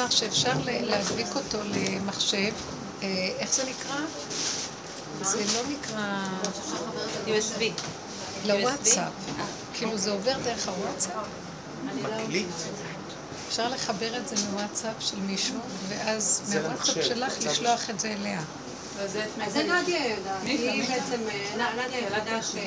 אמר שאפשר להדביק אותו למחשב, איך זה נקרא? זה לא נקרא... USB. לוואטסאפ. כאילו זה עובר דרך הוואטסאפ? מקליט. אפשר לחבר את זה מוואטסאפ של מישהו, ואז מהוואטסאפ שלך לשלוח את זה אליה. אז זה נדיה יודעת, היא בעצם, נדיה יודעת ש...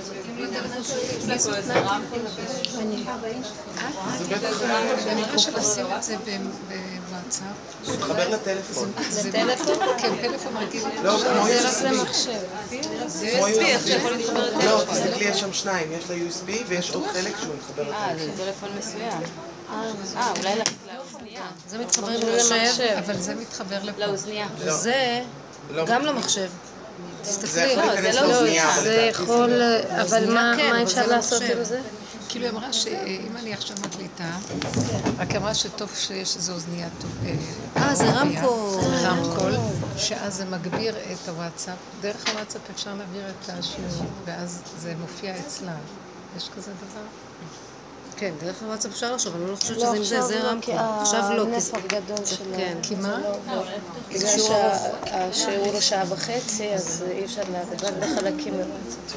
אני חושבת לשים את זה בוואטסאפ. הוא מתחבר לטלפון. זה טלפון? כן, טלפון רגיל. לא, כמו זה רק למחשב. זה USB, איך זה יכול להתחבר לטלפון? לא, תסתכלי, יש שם שניים, יש לה USB ויש עוד חלק שהוא מתחבר לטלפון. זה טלפון מסוים. אולי לאוזנייה. זה מתחבר למחשב, אבל זה מתחבר לפה. לאוזנייה. זה גם למחשב. זה יכול להיכנס לאוזנייה. זה יכול, אבל מה אפשר לעשות עם זה? כאילו היא אמרה שאם אני עכשיו מקליטה, רק אמרה שטוב שיש איזו אוזנייה טוב. זה רמקול. רמקול, שאז זה מגביר את הוואטסאפ. דרך הוואטסאפ אפשר להעביר את השיעור, ואז זה מופיע אצלה. יש כזה דבר? כן, דרך הוואטסאפ אפשר לחשוב, אבל אני לא חושבת שזה עם זה, זה רמקול. עכשיו לא, הנס הגדול של... כן. כי מה? בגלל שהשיעור הוא שעה וחצי, אז אי אפשר להגיד, רק בחלקים מרצת.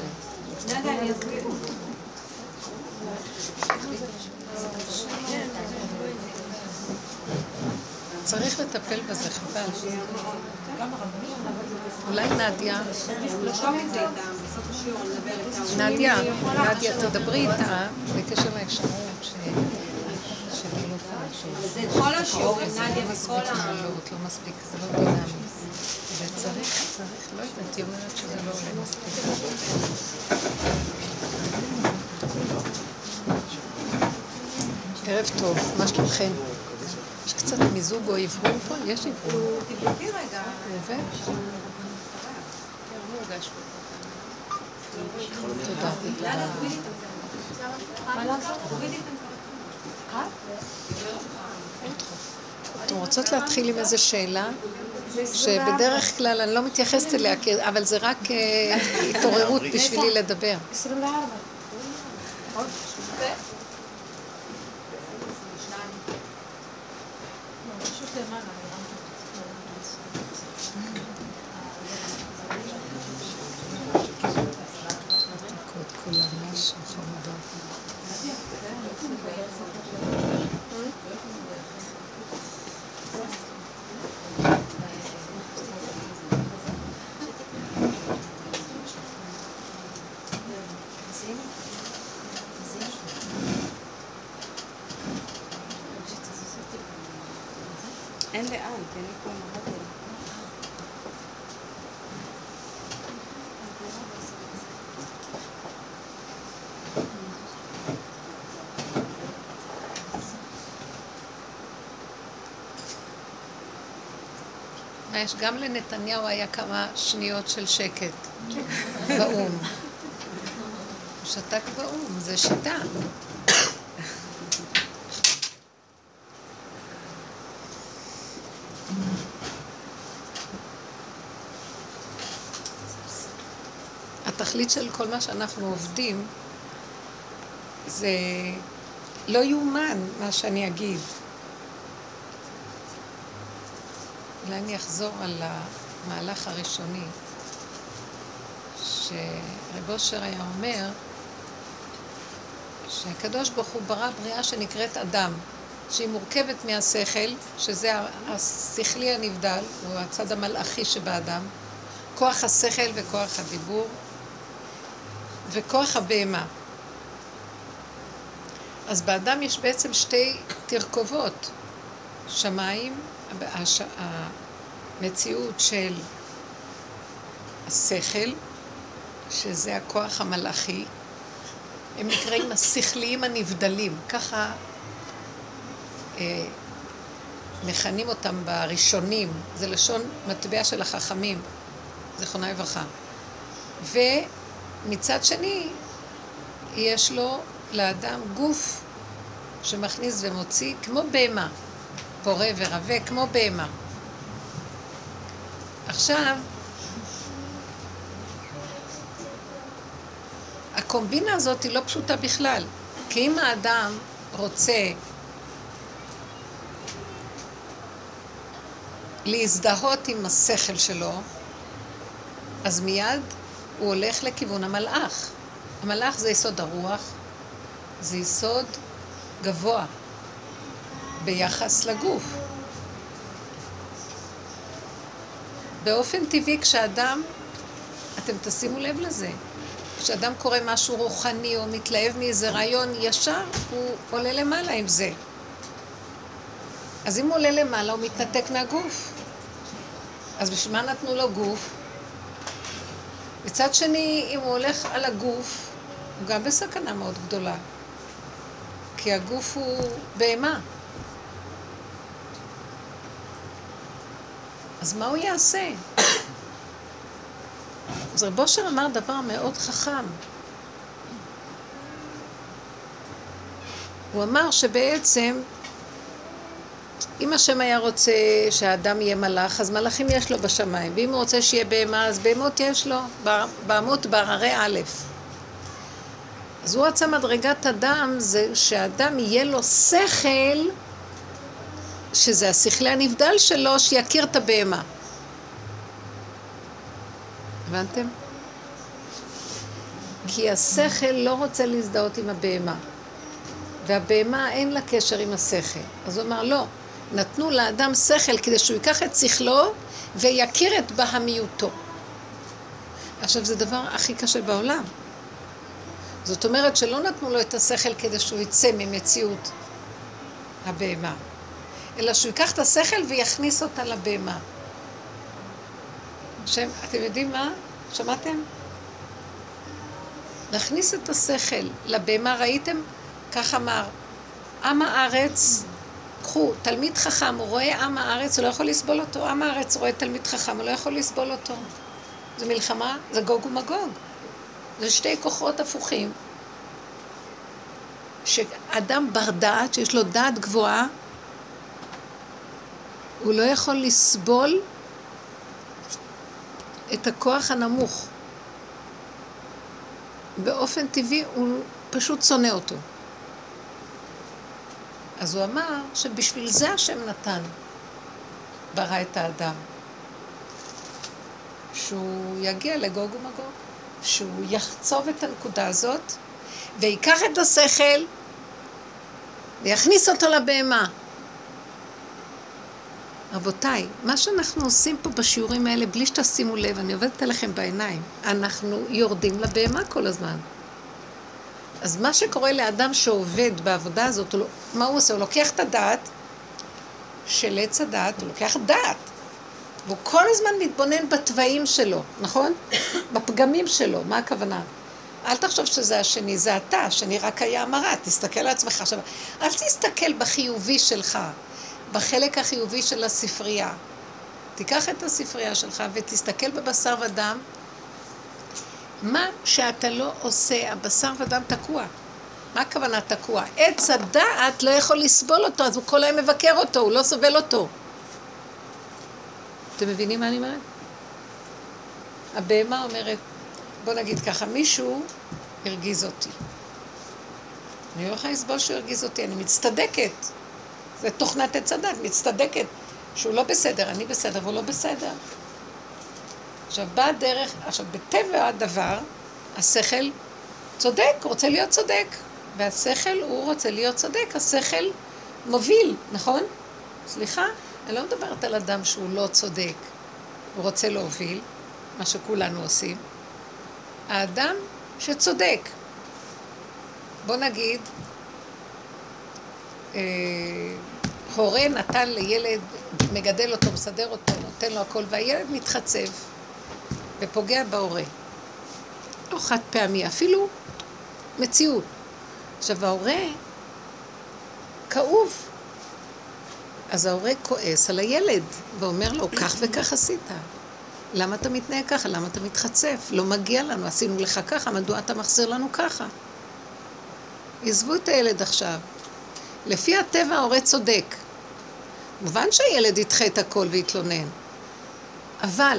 צריך לטפל בזה, חבל. אולי נדיה? נדיה, תדברי איתה בקשר לאפשרות שלא זה כל השיעור, נדיה, וכל לא מספיק, זה לא דינמי. וצריך, לא יודעת, היא אומרת שזה לא עולה מספיק. ערב טוב, מה שלומכם? יש קצת מיזוג או עברון פה? יש עברון. תבדקי רגע. עובד? תודה. מה לעשות? אתם רוצות להתחיל עם איזו שאלה? שבדרך כלל אני לא מתייחסת אליה, אבל זה רק התעוררות בשבילי לדבר. 24. אין לאן, תן לי פה מהדל. גם לנתניהו היה כמה שניות של שקט באום. הוא שתק באום, זה שיטה. התכלית של כל מה שאנחנו עובדים זה לא יאומן מה שאני אגיד. אולי אני אחזור על המהלך הראשוני שרב אושר היה אומר שהקדוש ברוך הוא ברא בריאה שנקראת אדם, שהיא מורכבת מהשכל, שזה השכלי הנבדל, הוא הצד המלאכי שבאדם, כוח השכל וכוח הדיבור וכוח הבהמה. אז באדם יש בעצם שתי תרכובות, שמיים, המציאות של השכל, שזה הכוח המלאכי, הם נקראים השכליים הנבדלים, ככה מכנים אותם בראשונים, זה לשון מטבע של החכמים, זכרונה לברכה. ומצד שני, יש לו לאדם גוף שמכניס ומוציא כמו בהמה, פורה ורבה כמו בהמה. עכשיו, הקומבינה הזאת היא לא פשוטה בכלל, כי אם האדם רוצה להזדהות עם השכל שלו, אז מיד הוא הולך לכיוון המלאך. המלאך זה יסוד הרוח, זה יסוד גבוה ביחס לגוף. באופן טבעי כשאדם, אתם תשימו לב לזה, כשאדם קורא משהו רוחני או מתלהב מאיזה רעיון, ישר הוא עולה למעלה עם זה. אז אם הוא עולה למעלה הוא מתנתק מהגוף. אז בשביל מה נתנו לו גוף? מצד שני, אם הוא הולך על הגוף, הוא גם בסכנה מאוד גדולה. כי הגוף הוא בהמה. אז מה הוא יעשה? אז רב אושר אמר דבר מאוד חכם. הוא אמר שבעצם, אם השם היה רוצה שהאדם יהיה מלאך, אז מלאכים יש לו בשמיים. ואם הוא רוצה שיהיה בהמה, אז בהמות יש לו, בהמות בהררי א'. אז הוא רצה מדרגת אדם, זה שהאדם יהיה לו שכל, שזה השכלי הנבדל שלו, שיכיר את הבהמה. הבנתם? כי השכל לא רוצה להזדהות עם הבהמה. והבהמה אין לה קשר עם השכל. אז הוא אמר, לא, נתנו לאדם שכל כדי שהוא ייקח את שכלו ויכיר את בהמיותו. עכשיו, זה דבר הכי קשה בעולם. זאת אומרת שלא נתנו לו את השכל כדי שהוא יצא ממציאות הבהמה, אלא שהוא ייקח את השכל ויכניס אותה לבהמה. אתם יודעים מה? שמעתם? להכניס את השכל לבהמה, ראיתם? כך אמר, עם הארץ, קחו, תלמיד חכם, הוא רואה עם הארץ, הוא לא יכול לסבול אותו. עם הארץ רואה תלמיד חכם, הוא לא יכול לסבול אותו. זה מלחמה, זה גוג ומגוג. זה שתי כוחות הפוכים. שאדם בר דעת, שיש לו דעת גבוהה, הוא לא יכול לסבול את הכוח הנמוך. באופן טבעי הוא פשוט שונא אותו. אז הוא אמר שבשביל זה השם נתן, ברא את האדם. שהוא יגיע לגוג ומגוג, שהוא יחצוב את הנקודה הזאת, ויקח את השכל, ויכניס אותו לבהמה. רבותיי, מה שאנחנו עושים פה בשיעורים האלה, בלי שתשימו לב, אני עובדת עליכם בעיניים, אנחנו יורדים לבהמה כל הזמן. אז מה שקורה לאדם שעובד בעבודה הזאת, מה הוא עושה? הוא לוקח את הדעת של עץ הדעת, הוא לוקח דעת, והוא כל הזמן מתבונן בטבעים שלו, נכון? בפגמים שלו, מה הכוונה? אל תחשוב שזה השני, זה אתה, השני רק היה המראה, תסתכל על עצמך עכשיו. אל תסתכל בחיובי שלך, בחלק החיובי של הספרייה. תיקח את הספרייה שלך ותסתכל בבשר ודם. מה שאתה לא עושה, הבשר ודם תקוע. מה הכוונה תקוע? עץ הדעת לא יכול לסבול אותו, אז הוא כל היום מבקר אותו, הוא לא סובל אותו. אתם מבינים מה אני אומרת? הבהמה אומרת, בוא נגיד ככה, מישהו הרגיז אותי. אני לא יכולה לסבול שהוא הרגיז אותי, אני מצטדקת. זה תוכנת עץ הדת, מצטדקת שהוא לא בסדר, אני בסדר והוא לא בסדר. עכשיו באה דרך, עכשיו בטבע הדבר, השכל צודק, רוצה להיות צודק. והשכל הוא רוצה להיות צודק, השכל מוביל, נכון? סליחה, אני לא מדברת על אדם שהוא לא צודק, הוא רוצה להוביל, מה שכולנו עושים. האדם שצודק, בוא נגיד, הורה נתן לילד, מגדל אותו, מסדר אותו, נותן לו הכל, והילד מתחצב ופוגע בהורה. לא חד פעמי, אפילו מציאות. עכשיו ההורה כאוב, אז ההורה כועס על הילד ואומר לו, כך וכך עשית. למה אתה מתנהג ככה? למה אתה מתחצף? לא מגיע לנו, עשינו לך ככה, מדוע אתה מחזיר לנו ככה? עזבו את הילד עכשיו. לפי הטבע ההורה צודק. מובן שהילד ידחה את הכל ויתלונן. אבל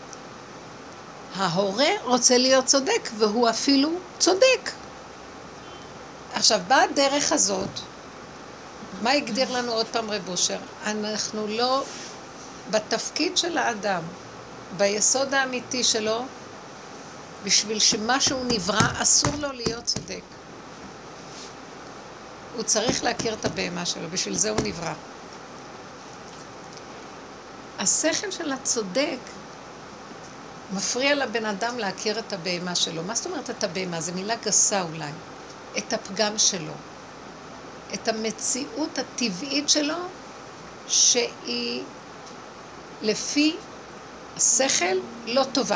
ההורה רוצה להיות צודק, והוא אפילו צודק. עכשיו, בדרך הזאת, מה הגדיר לנו עוד פעם רב אושר? אנחנו לא בתפקיד של האדם, ביסוד האמיתי שלו, בשביל שמשהו נברא, אסור לו להיות צודק. הוא צריך להכיר את הבהמה שלו, בשביל זה הוא נברא. השכל של הצודק מפריע לבן אדם להכיר את הבהמה שלו. מה זאת אומרת את הבהמה? זו מילה גסה אולי. את הפגם שלו. את המציאות הטבעית שלו, שהיא לפי השכל לא טובה.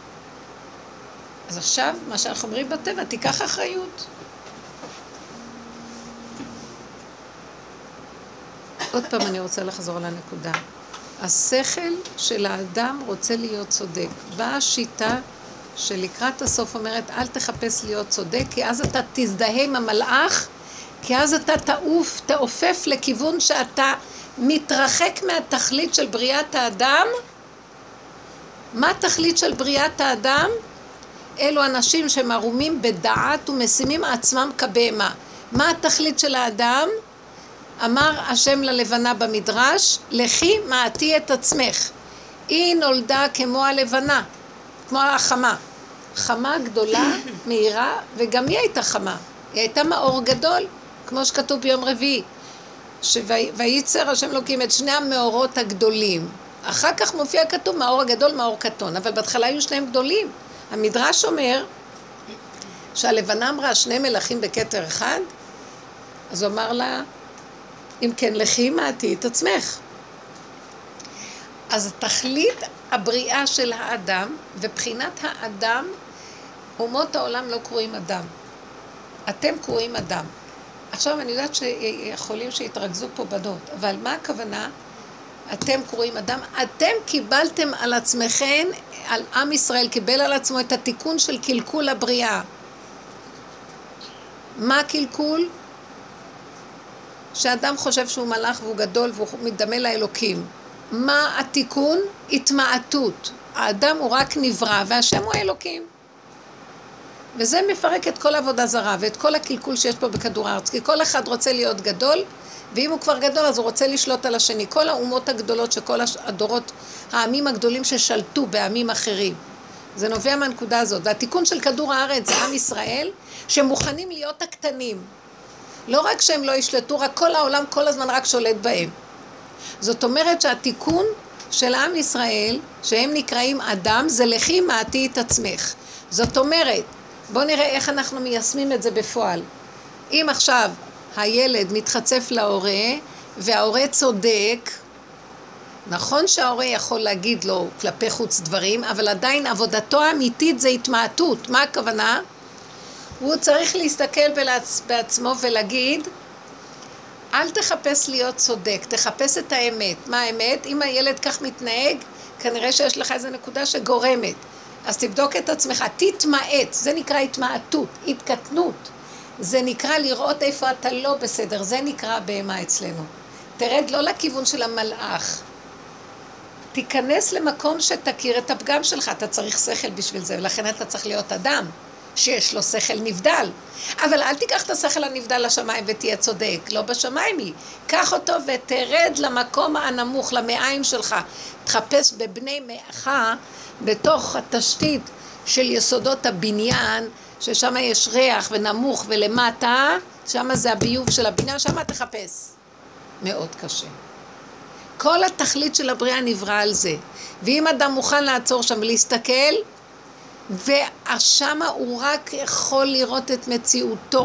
אז עכשיו, מה שאנחנו אומרים בטבע, תיקח אחריות. עוד פעם אני רוצה לחזור על הנקודה. השכל של האדם רוצה להיות צודק. באה השיטה שלקראת הסוף אומרת, אל תחפש להיות צודק, כי אז אתה תזדהה עם המלאך, כי אז אתה תעופף לכיוון שאתה מתרחק מהתכלית של בריאת האדם. מה התכלית של בריאת האדם? אלו אנשים שמרומים בדעת ומשימים עצמם כבהמה. מה התכלית של האדם? אמר השם ללבנה במדרש, לכי מעטי את עצמך. היא נולדה כמו הלבנה, כמו החמה. חמה גדולה, מהירה, וגם היא הייתה חמה. היא הייתה מאור גדול, כמו שכתוב ביום רביעי. וייצר השם אלוקים את שני המאורות הגדולים. אחר כך מופיע כתוב מאור הגדול, מאור קטון, אבל בהתחלה היו שניהם גדולים. המדרש אומר שהלבנה אמרה שני מלכים בכתר אחד, אז הוא אמר לה, אם כן לכי מעטי את עצמך. אז תכלית הבריאה של האדם, ובחינת האדם, אומות העולם לא קרואים אדם. אתם קרואים אדם. עכשיו אני יודעת שיכולים שיתרכזו פה בנות, אבל מה הכוונה? אתם קרואים אדם, אתם קיבלתם על עצמכם, על עם ישראל קיבל על עצמו את התיקון של קלקול הבריאה. מה הקלקול? שאדם חושב שהוא מלאך והוא גדול והוא מתדמה לאלוקים. מה התיקון? התמעטות. האדם הוא רק נברא והשם הוא האלוקים. וזה מפרק את כל עבודה זרה ואת כל הקלקול שיש פה בכדור הארץ. כי כל אחד רוצה להיות גדול, ואם הוא כבר גדול אז הוא רוצה לשלוט על השני. כל האומות הגדולות שכל הדורות, העמים הגדולים ששלטו בעמים אחרים. זה נובע מהנקודה הזאת. והתיקון של כדור הארץ זה עם ישראל שמוכנים להיות הקטנים. לא רק שהם לא ישלטו, רק כל העולם כל הזמן רק שולט בהם. זאת אומרת שהתיקון של עם ישראל, שהם נקראים אדם, זה לכי מעטי את עצמך. זאת אומרת, בואו נראה איך אנחנו מיישמים את זה בפועל. אם עכשיו הילד מתחצף להורה, וההורה צודק, נכון שההורה יכול להגיד לו כלפי חוץ דברים, אבל עדיין עבודתו האמיתית זה התמעטות. מה הכוונה? הוא צריך להסתכל בעצמו ולהגיד, אל תחפש להיות צודק, תחפש את האמת. מה האמת? אם הילד כך מתנהג, כנראה שיש לך איזו נקודה שגורמת. אז תבדוק את עצמך, תתמעט, זה נקרא התמעטות, התקטנות. זה נקרא לראות איפה אתה לא בסדר, זה נקרא בהמה אצלנו. תרד לא לכיוון של המלאך. תיכנס למקום שתכיר את הפגם שלך, אתה צריך שכל בשביל זה, ולכן אתה צריך להיות אדם שיש לו שכל נבדל. אבל אל תיקח את השכל הנבדל לשמיים ותהיה צודק, לא בשמיים היא. קח אותו ותרד למקום הנמוך, למעיים שלך. תחפש בבני מאך, בתוך התשתית של יסודות הבניין, ששם יש ריח ונמוך ולמטה, שם זה הביוב של הבניין, שם תחפש. מאוד קשה. כל התכלית של הבריאה נברא על זה. ואם אדם מוכן לעצור שם ולהסתכל, ושמה הוא רק יכול לראות את מציאותו.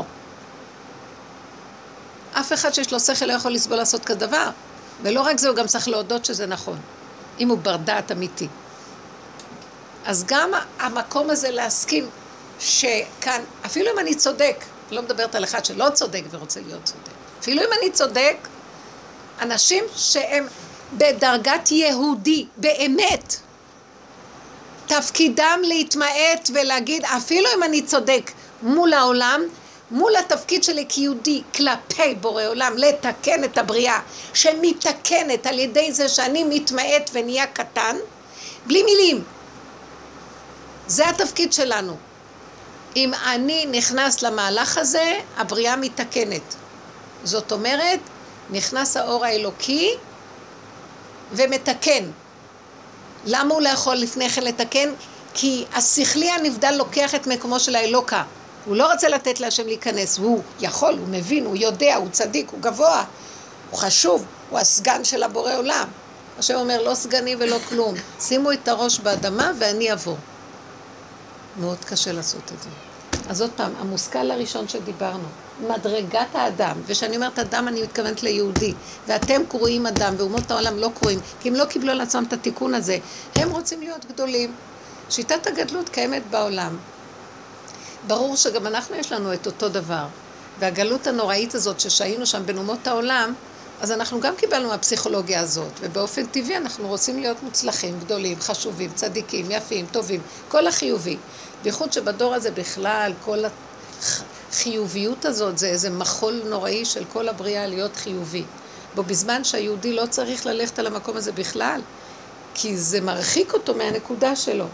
אף אחד שיש לו שכל לא יכול לסבול לעשות כזה דבר. ולא רק זה, הוא גם צריך להודות שזה נכון. אם הוא בר דעת אמיתי. אז גם המקום הזה להסכים שכאן, אפילו אם אני צודק, לא מדברת על אחד שלא צודק ורוצה להיות צודק. אפילו אם אני צודק, אנשים שהם בדרגת יהודי, באמת, תפקידם להתמעט ולהגיד, אפילו אם אני צודק מול העולם, מול התפקיד שלי כיהודי, כלפי בורא עולם, לתקן את הבריאה, שמתקנת על ידי זה שאני מתמעט ונהיה קטן, בלי מילים. זה התפקיד שלנו. אם אני נכנס למהלך הזה, הבריאה מתקנת. זאת אומרת, נכנס האור האלוקי, ומתקן. למה הוא לא יכול לפני כן לתקן? כי השכלי הנבדל לוקח את מקומו של האלוקה. הוא לא רוצה לתת להשם להיכנס, והוא יכול, הוא מבין, הוא יודע, הוא צדיק, הוא גבוה, הוא חשוב, הוא הסגן של הבורא עולם. השם אומר, לא סגני ולא כלום, שימו את הראש באדמה ואני אבוא. מאוד קשה לעשות את זה. אז עוד פעם, המושכל הראשון שדיברנו, מדרגת האדם, ושאני אומרת אדם אני מתכוונת ליהודי, ואתם קרואים אדם, ואומות העולם לא קרואים, כי הם לא קיבלו על עצמם את התיקון הזה, הם רוצים להיות גדולים. שיטת הגדלות קיימת בעולם. ברור שגם אנחנו יש לנו את אותו דבר, והגלות הנוראית הזאת ששהינו שם בין אומות העולם, אז אנחנו גם קיבלנו מהפסיכולוגיה הזאת, ובאופן טבעי אנחנו רוצים להיות מוצלחים, גדולים, חשובים, צדיקים, יפים, טובים, כל החיובי. בייחוד שבדור הזה בכלל, כל החיוביות הזאת זה איזה מחול נוראי של כל הבריאה להיות חיובי. בזמן שהיהודי לא צריך ללכת על המקום הזה בכלל, כי זה מרחיק אותו מהנקודה שלו.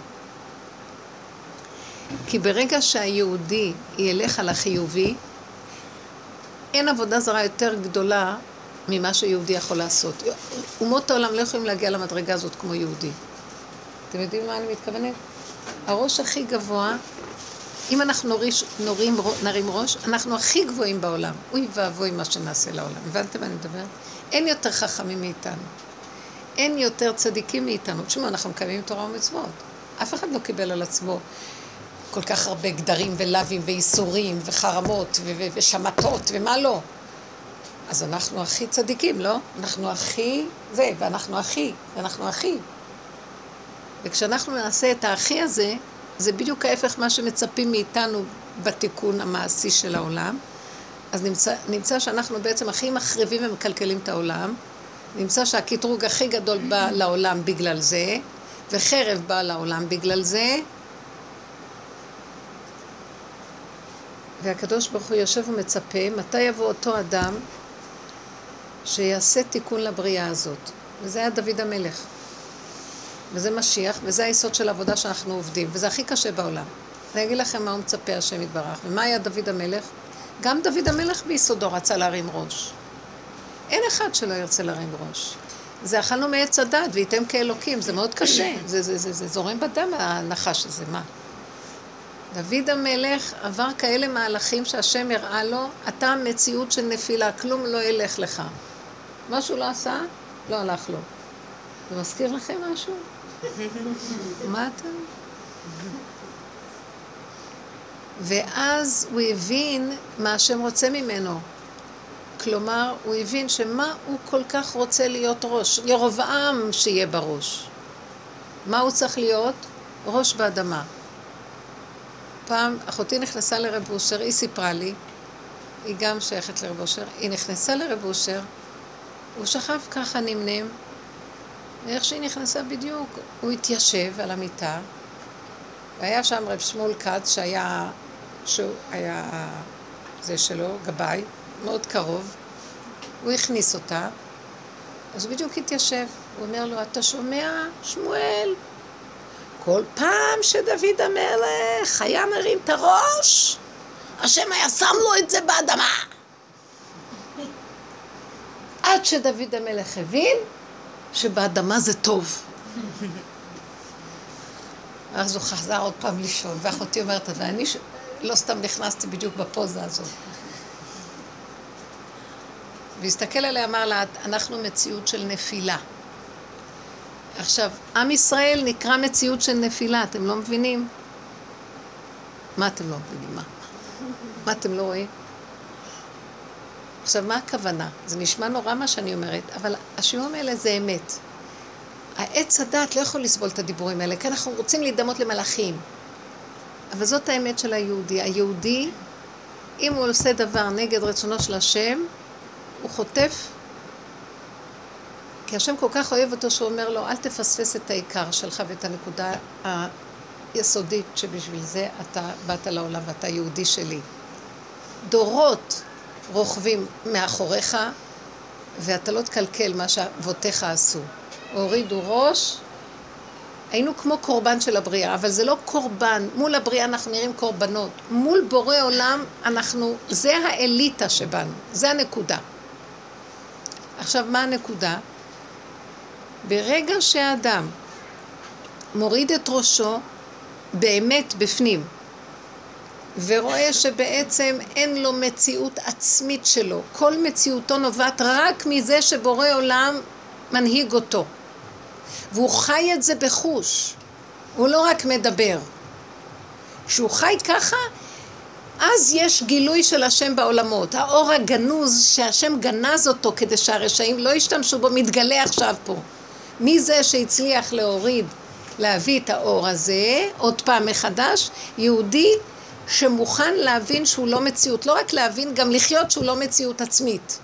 כי ברגע שהיהודי ילך על החיובי, אין עבודה זרה יותר גדולה ממה שיהודי יכול לעשות. אומות העולם לא יכולים להגיע למדרגה הזאת כמו יהודי. אתם יודעים מה אני מתכוונת? הראש הכי גבוה, אם אנחנו נרים ראש, אנחנו הכי גבוהים בעולם. אוי ואבוי מה שנעשה לעולם. הבנתם מה אני מדבר? אין יותר חכמים מאיתנו. אין יותר צדיקים מאיתנו. תשמעו, אנחנו מקיימים תורה ומצוות. אף אחד לא קיבל על עצמו כל כך הרבה גדרים ולאווים ואיסורים וחרמות ושמטות ומה לא. אז אנחנו הכי צדיקים, לא? אנחנו הכי זה, ואנחנו הכי. וכשאנחנו נעשה את האחי הזה, זה בדיוק ההפך מה שמצפים מאיתנו בתיקון המעשי של העולם. אז נמצא שאנחנו בעצם הכי מחריבים ומקלקלים את העולם. נמצא שהקטרוג הכי גדול בא לעולם בגלל זה, וחרב בא לעולם בגלל זה. והקדוש ברוך הוא יושב ומצפה, מתי יבוא אותו אדם שיעשה תיקון לבריאה הזאת. וזה היה דוד המלך. וזה משיח, וזה היסוד של העבודה שאנחנו עובדים, וזה הכי קשה בעולם. אני אגיד לכם מה הוא מצפה השם יתברך, ומה היה דוד המלך? גם דוד המלך ביסודו רצה להרים ראש. אין אחד שלא ירצה להרים ראש. זה אכלנו מעץ הדת, וייתם כאלוקים, זה מאוד קשה, זה זורם בדם הנחש הזה, מה? דוד המלך עבר כאלה מהלכים שהשם הראה לו, אתה מציאות של נפילה, כלום לא ילך לך. מה שהוא לא עשה, לא הלך לו. זה מזכיר לכם משהו? מה אתם? ואז הוא הבין מה השם רוצה ממנו. כלומר, הוא הבין שמה הוא כל כך רוצה להיות ראש. ירבעם שיהיה בראש. מה הוא צריך להיות? ראש באדמה. פעם אחותי נכנסה לרב אושר, היא סיפרה לי, היא גם שייכת לרב אושר, היא נכנסה לרב אושר, הוא שכב ככה נמנם, ואיך שהיא נכנסה בדיוק, הוא התיישב על המיטה, והיה שם רב שמואל כץ שהוא היה זה שלו, גבאי, מאוד קרוב, הוא הכניס אותה, אז הוא בדיוק התיישב, הוא אומר לו, אתה שומע, שמואל? כל פעם שדוד המלך היה מרים את הראש, השם היה שם לו את זה באדמה. עד שדוד המלך הבין שבאדמה זה טוב. אז הוא חזר עוד פעם לישון, ואחותי אומרת, ואני לא סתם נכנסתי בדיוק בפוזה הזאת. והסתכל עליה, אמר לה, אנחנו מציאות של נפילה. עכשיו, עם ישראל נקרא מציאות של נפילה, אתם לא מבינים? מה אתם לא מבינים? מה אתם לא רואים? עכשיו, מה הכוונה? זה נשמע נורא מה שאני אומרת, אבל השיעורים האלה זה אמת. העץ הדת לא יכול לסבול את הדיבורים האלה, כי אנחנו רוצים להידמות למלאכים. אבל זאת האמת של היהודי. היהודי, אם הוא עושה דבר נגד רצונו של השם, הוא חוטף, כי השם כל כך אוהב אותו שהוא אומר לו, אל תפספס את העיקר שלך ואת הנקודה היסודית שבשביל זה אתה באת לעולם ואתה יהודי שלי. דורות רוכבים מאחוריך, ואתה לא תקלקל מה שאבותיך עשו. הורידו ראש, היינו כמו קורבן של הבריאה, אבל זה לא קורבן, מול הבריאה אנחנו נראים קורבנות, מול בורא עולם זה האליטה שבנו, זה הנקודה. עכשיו, מה הנקודה? ברגע שהאדם מוריד את ראשו באמת בפנים, ורואה שבעצם אין לו מציאות עצמית שלו, כל מציאותו נובעת רק מזה שבורא עולם מנהיג אותו, והוא חי את זה בחוש, הוא לא רק מדבר. שהוא חי ככה, אז יש גילוי של השם בעולמות. האור הגנוז שהשם גנז אותו כדי שהרשעים לא ישתמשו בו, מתגלה עכשיו פה. מי זה שהצליח להוריד, להביא את האור הזה, עוד פעם מחדש? יהודי שמוכן להבין שהוא לא מציאות, לא רק להבין, גם לחיות שהוא לא מציאות עצמית.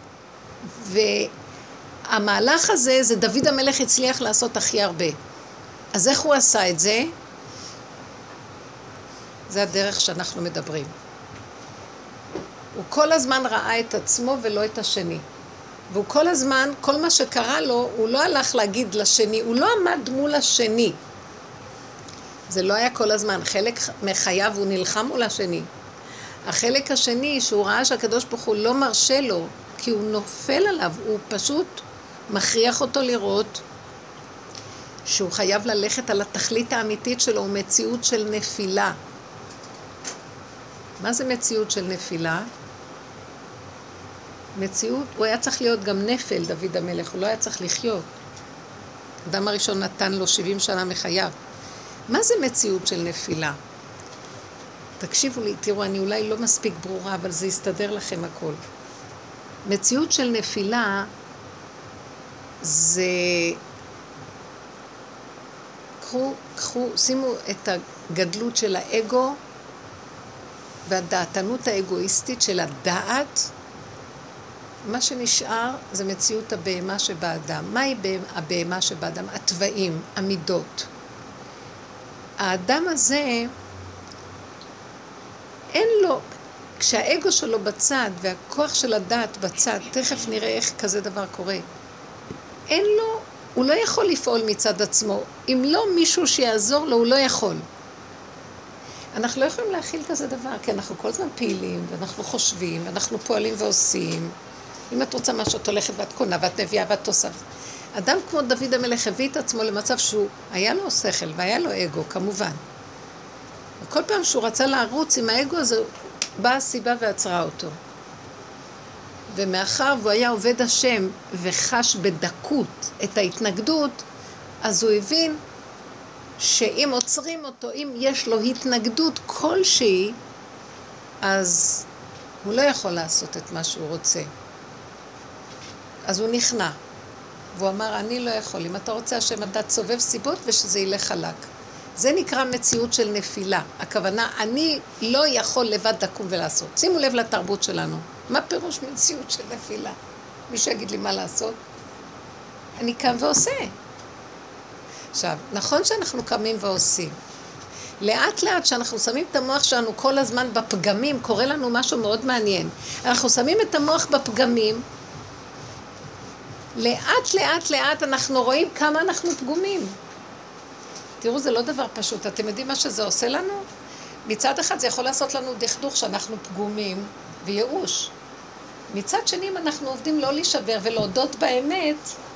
והמהלך הזה, זה דוד המלך הצליח לעשות הכי הרבה. אז איך הוא עשה את זה? זה הדרך שאנחנו מדברים. הוא כל הזמן ראה את עצמו ולא את השני. והוא כל הזמן, כל מה שקרה לו, הוא לא הלך להגיד לשני, הוא לא עמד מול השני. זה לא היה כל הזמן. חלק מחייו הוא נלחם מול השני. החלק השני, שהוא ראה שהקדוש ברוך הוא לא מרשה לו, כי הוא נופל עליו, הוא פשוט מכריח אותו לראות שהוא חייב ללכת על התכלית האמיתית שלו, הוא מציאות של נפילה. מה זה מציאות של נפילה? מציאות, הוא היה צריך להיות גם נפל, דוד המלך, הוא לא היה צריך לחיות. אדם הראשון נתן לו 70 שנה מחייו. מה זה מציאות של נפילה? תקשיבו לי, תראו, אני אולי לא מספיק ברורה, אבל זה יסתדר לכם הכל. מציאות של נפילה זה... שימו את הגדלות של האגו והדעתנות האגואיסטית של הדעת. מה שנשאר זה מציאות הבהמה שבאדם. מהי הבהמה שבאדם? הטבעים, המידות. האדם הזה, אין לו, כשהאגו שלו בצד והכוח של הדעת בצד, תכף נראה איך כזה דבר קורה, אין לו, הוא לא יכול לפעול מצד עצמו. אם לא מישהו שיעזור לו, הוא לא יכול. אנחנו לא יכולים להכיל כזה דבר, כי אנחנו כל הזמן פעילים, ואנחנו חושבים, ואנחנו פועלים ועושים. אם את רוצה משהו, את הולכת ואת קונה, ואת מביאה ואת עושה. אדם כמו דוד המלך הביא את עצמו למצב שהוא, היה לו שכל, והיה לו אגו, כמובן. וכל פעם שהוא רצה לערוץ עם האגו הזה, באה הסיבה ועצרה אותו. ומאחר והוא היה עובד השם, וחש בדקות את ההתנגדות, אז הוא הבין שאם עוצרים אותו, אם יש לו התנגדות כלשהי, אז הוא לא יכול לעשות את מה שהוא רוצה. אז הוא נכנע. והוא אמר, אני לא יכול. אם אתה רוצה השם, אתה תסובב סיבות ושזה ילך חלק. זה נקרא מציאות של נפילה. הכוונה, אני לא יכול לבד לקום ולעשות. שימו לב לתרבות שלנו. מה פירוש מציאות של נפילה? מישהו יגיד לי מה לעשות? אני קם ועושה. עכשיו, נכון שאנחנו קמים ועושים. לאט לאט שאנחנו שמים את המוח שלנו כל הזמן בפגמים, קורה לנו משהו מאוד מעניין. אנחנו שמים את המוח בפגמים, לאט לאט לאט אנחנו רואים כמה אנחנו פגומים. תראו, זה לא דבר פשוט. אתם יודעים מה שזה עושה לנו? מצד אחד זה יכול לעשות לנו דכדוך שאנחנו פגומים וייאוש. מצד שני, אם אנחנו עובדים לא להישבר ולהודות באמת,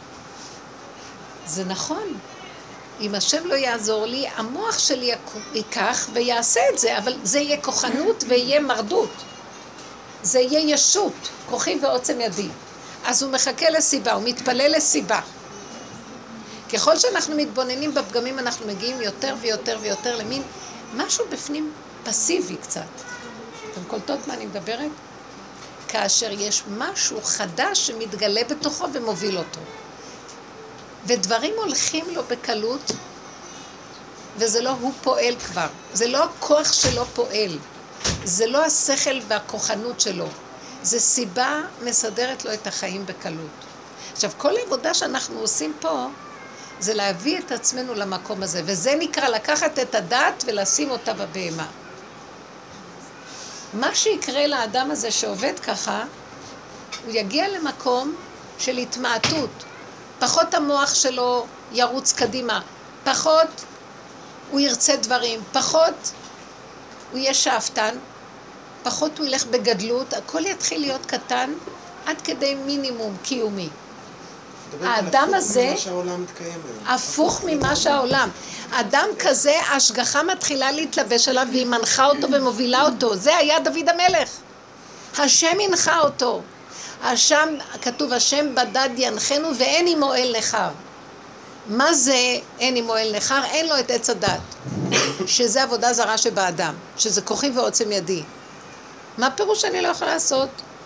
זה נכון. אם השם לא יעזור לי, המוח שלי ייקח ויעשה את זה, אבל זה יהיה כוחנות ויהיה מרדות. זה יהיה ישות, כוחי ועוצם ידי. אז הוא מחכה לסיבה, הוא מתפלל לסיבה. ככל שאנחנו מתבוננים בפגמים, אנחנו מגיעים יותר ויותר ויותר למין משהו בפנים פסיבי קצת. אתם קולטות מה אני מדברת? כאשר יש משהו חדש שמתגלה בתוכו ומוביל אותו. ודברים הולכים לו בקלות, וזה לא הוא פועל כבר. זה לא הכוח שלו פועל. זה לא השכל והכוחנות שלו. זה סיבה מסדרת לו את החיים בקלות. עכשיו, כל העבודה שאנחנו עושים פה, זה להביא את עצמנו למקום הזה, וזה נקרא לקחת את הדעת ולשים אותה בבהמה. מה שיקרה לאדם הזה שעובד ככה, הוא יגיע למקום של התמעטות. פחות המוח שלו ירוץ קדימה, פחות הוא ירצה דברים, פחות הוא יהיה שאפתן, פחות הוא ילך בגדלות, הכל יתחיל להיות קטן עד כדי מינימום קיומי. האדם הזה ממה שהעולם מתקיים היום. הפוך ממה שהעולם. אדם כזה, ההשגחה מתחילה להתלבש עליו והיא מנחה אותו ומובילה אותו. זה היה דוד המלך. השם ינחה אותו. השם, כתוב, השם בדד ינחנו ואין עמו אל נכר. מה זה אין עמו אל נכר? אין לו את עץ הדת. שזה עבודה זרה שבאדם. שזה כוחי ועוצם ידי. מה פירוש שאני לא יכולה לעשות?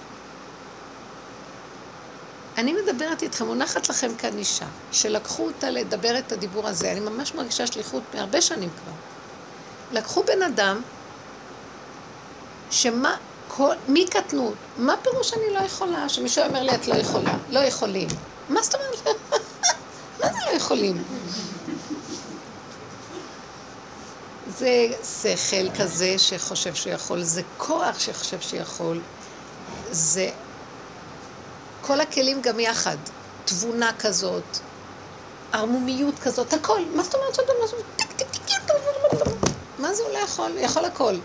אני מדברת איתכם, מונחת לכם כאן אישה, שלקחו אותה לדבר את הדיבור הזה. אני ממש מרגישה שליחות מהרבה שנים כבר. לקחו בן אדם, שמה, מי קטנות? מה פירוש אני לא יכולה? שמישהו אומר לי, את לא יכולה, לא יכולים. מה זאת אומרת? מה זה לא יכולים? זה שכל כזה שחושב שהוא יכול, זה כוח שחושב שיכול, זה כל הכלים גם יחד, תבונה כזאת, ערמומיות כזאת, הכל. מה זאת אומרת שאתה משהו? מה זה הוא לא יכול? יכול הכל.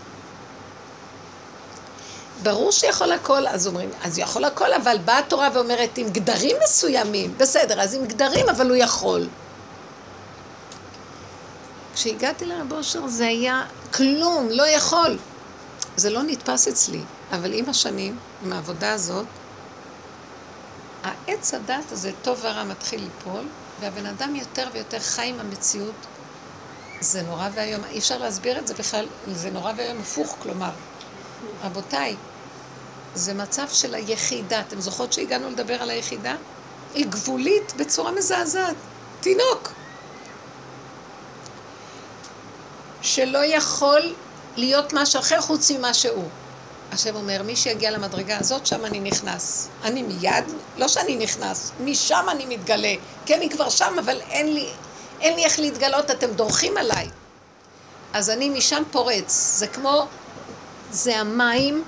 ברור שיכול הכל, אז אומרים, אז יכול הכל, אבל באה התורה ואומרת, עם גדרים מסוימים, בסדר, אז עם גדרים, אבל הוא יכול. כשהגעתי לרב אושר זה היה כלום, לא יכול. זה לא נתפס אצלי, אבל עם השנים, עם העבודה הזאת, העץ הדת הזה, טוב ורע, מתחיל ליפול, והבן אדם יותר ויותר חי עם המציאות. זה נורא והיום, אי אפשר להסביר את זה בכלל, זה נורא והיום הפוך, כלומר. רבותיי, זה מצב של היחידה. אתם זוכרות שהגענו לדבר על היחידה? היא גבולית בצורה מזעזעת. תינוק. שלא יכול להיות משהו אחר חוץ ממה שהוא. השם אומר, מי שיגיע למדרגה הזאת, שם אני נכנס. אני מיד, לא שאני נכנס, משם אני מתגלה. כן, אני כבר שם, אבל אין לי איך להתגלות, אתם דורכים עליי. אז אני משם פורץ. זה כמו, זה המים,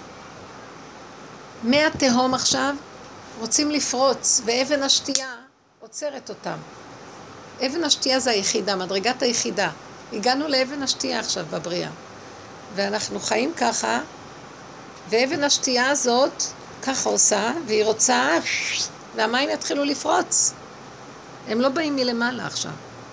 מהתהום עכשיו, רוצים לפרוץ, ואבן השתייה עוצרת אותם. אבן השתייה זה היחידה, מדרגת היחידה. הגענו לאבן השתייה עכשיו בבריאה. ואנחנו חיים ככה, ואבן השתייה הזאת ככה עושה, והיא רוצה, והמים יתחילו לפרוץ. הם לא באים מלמעלה עכשיו.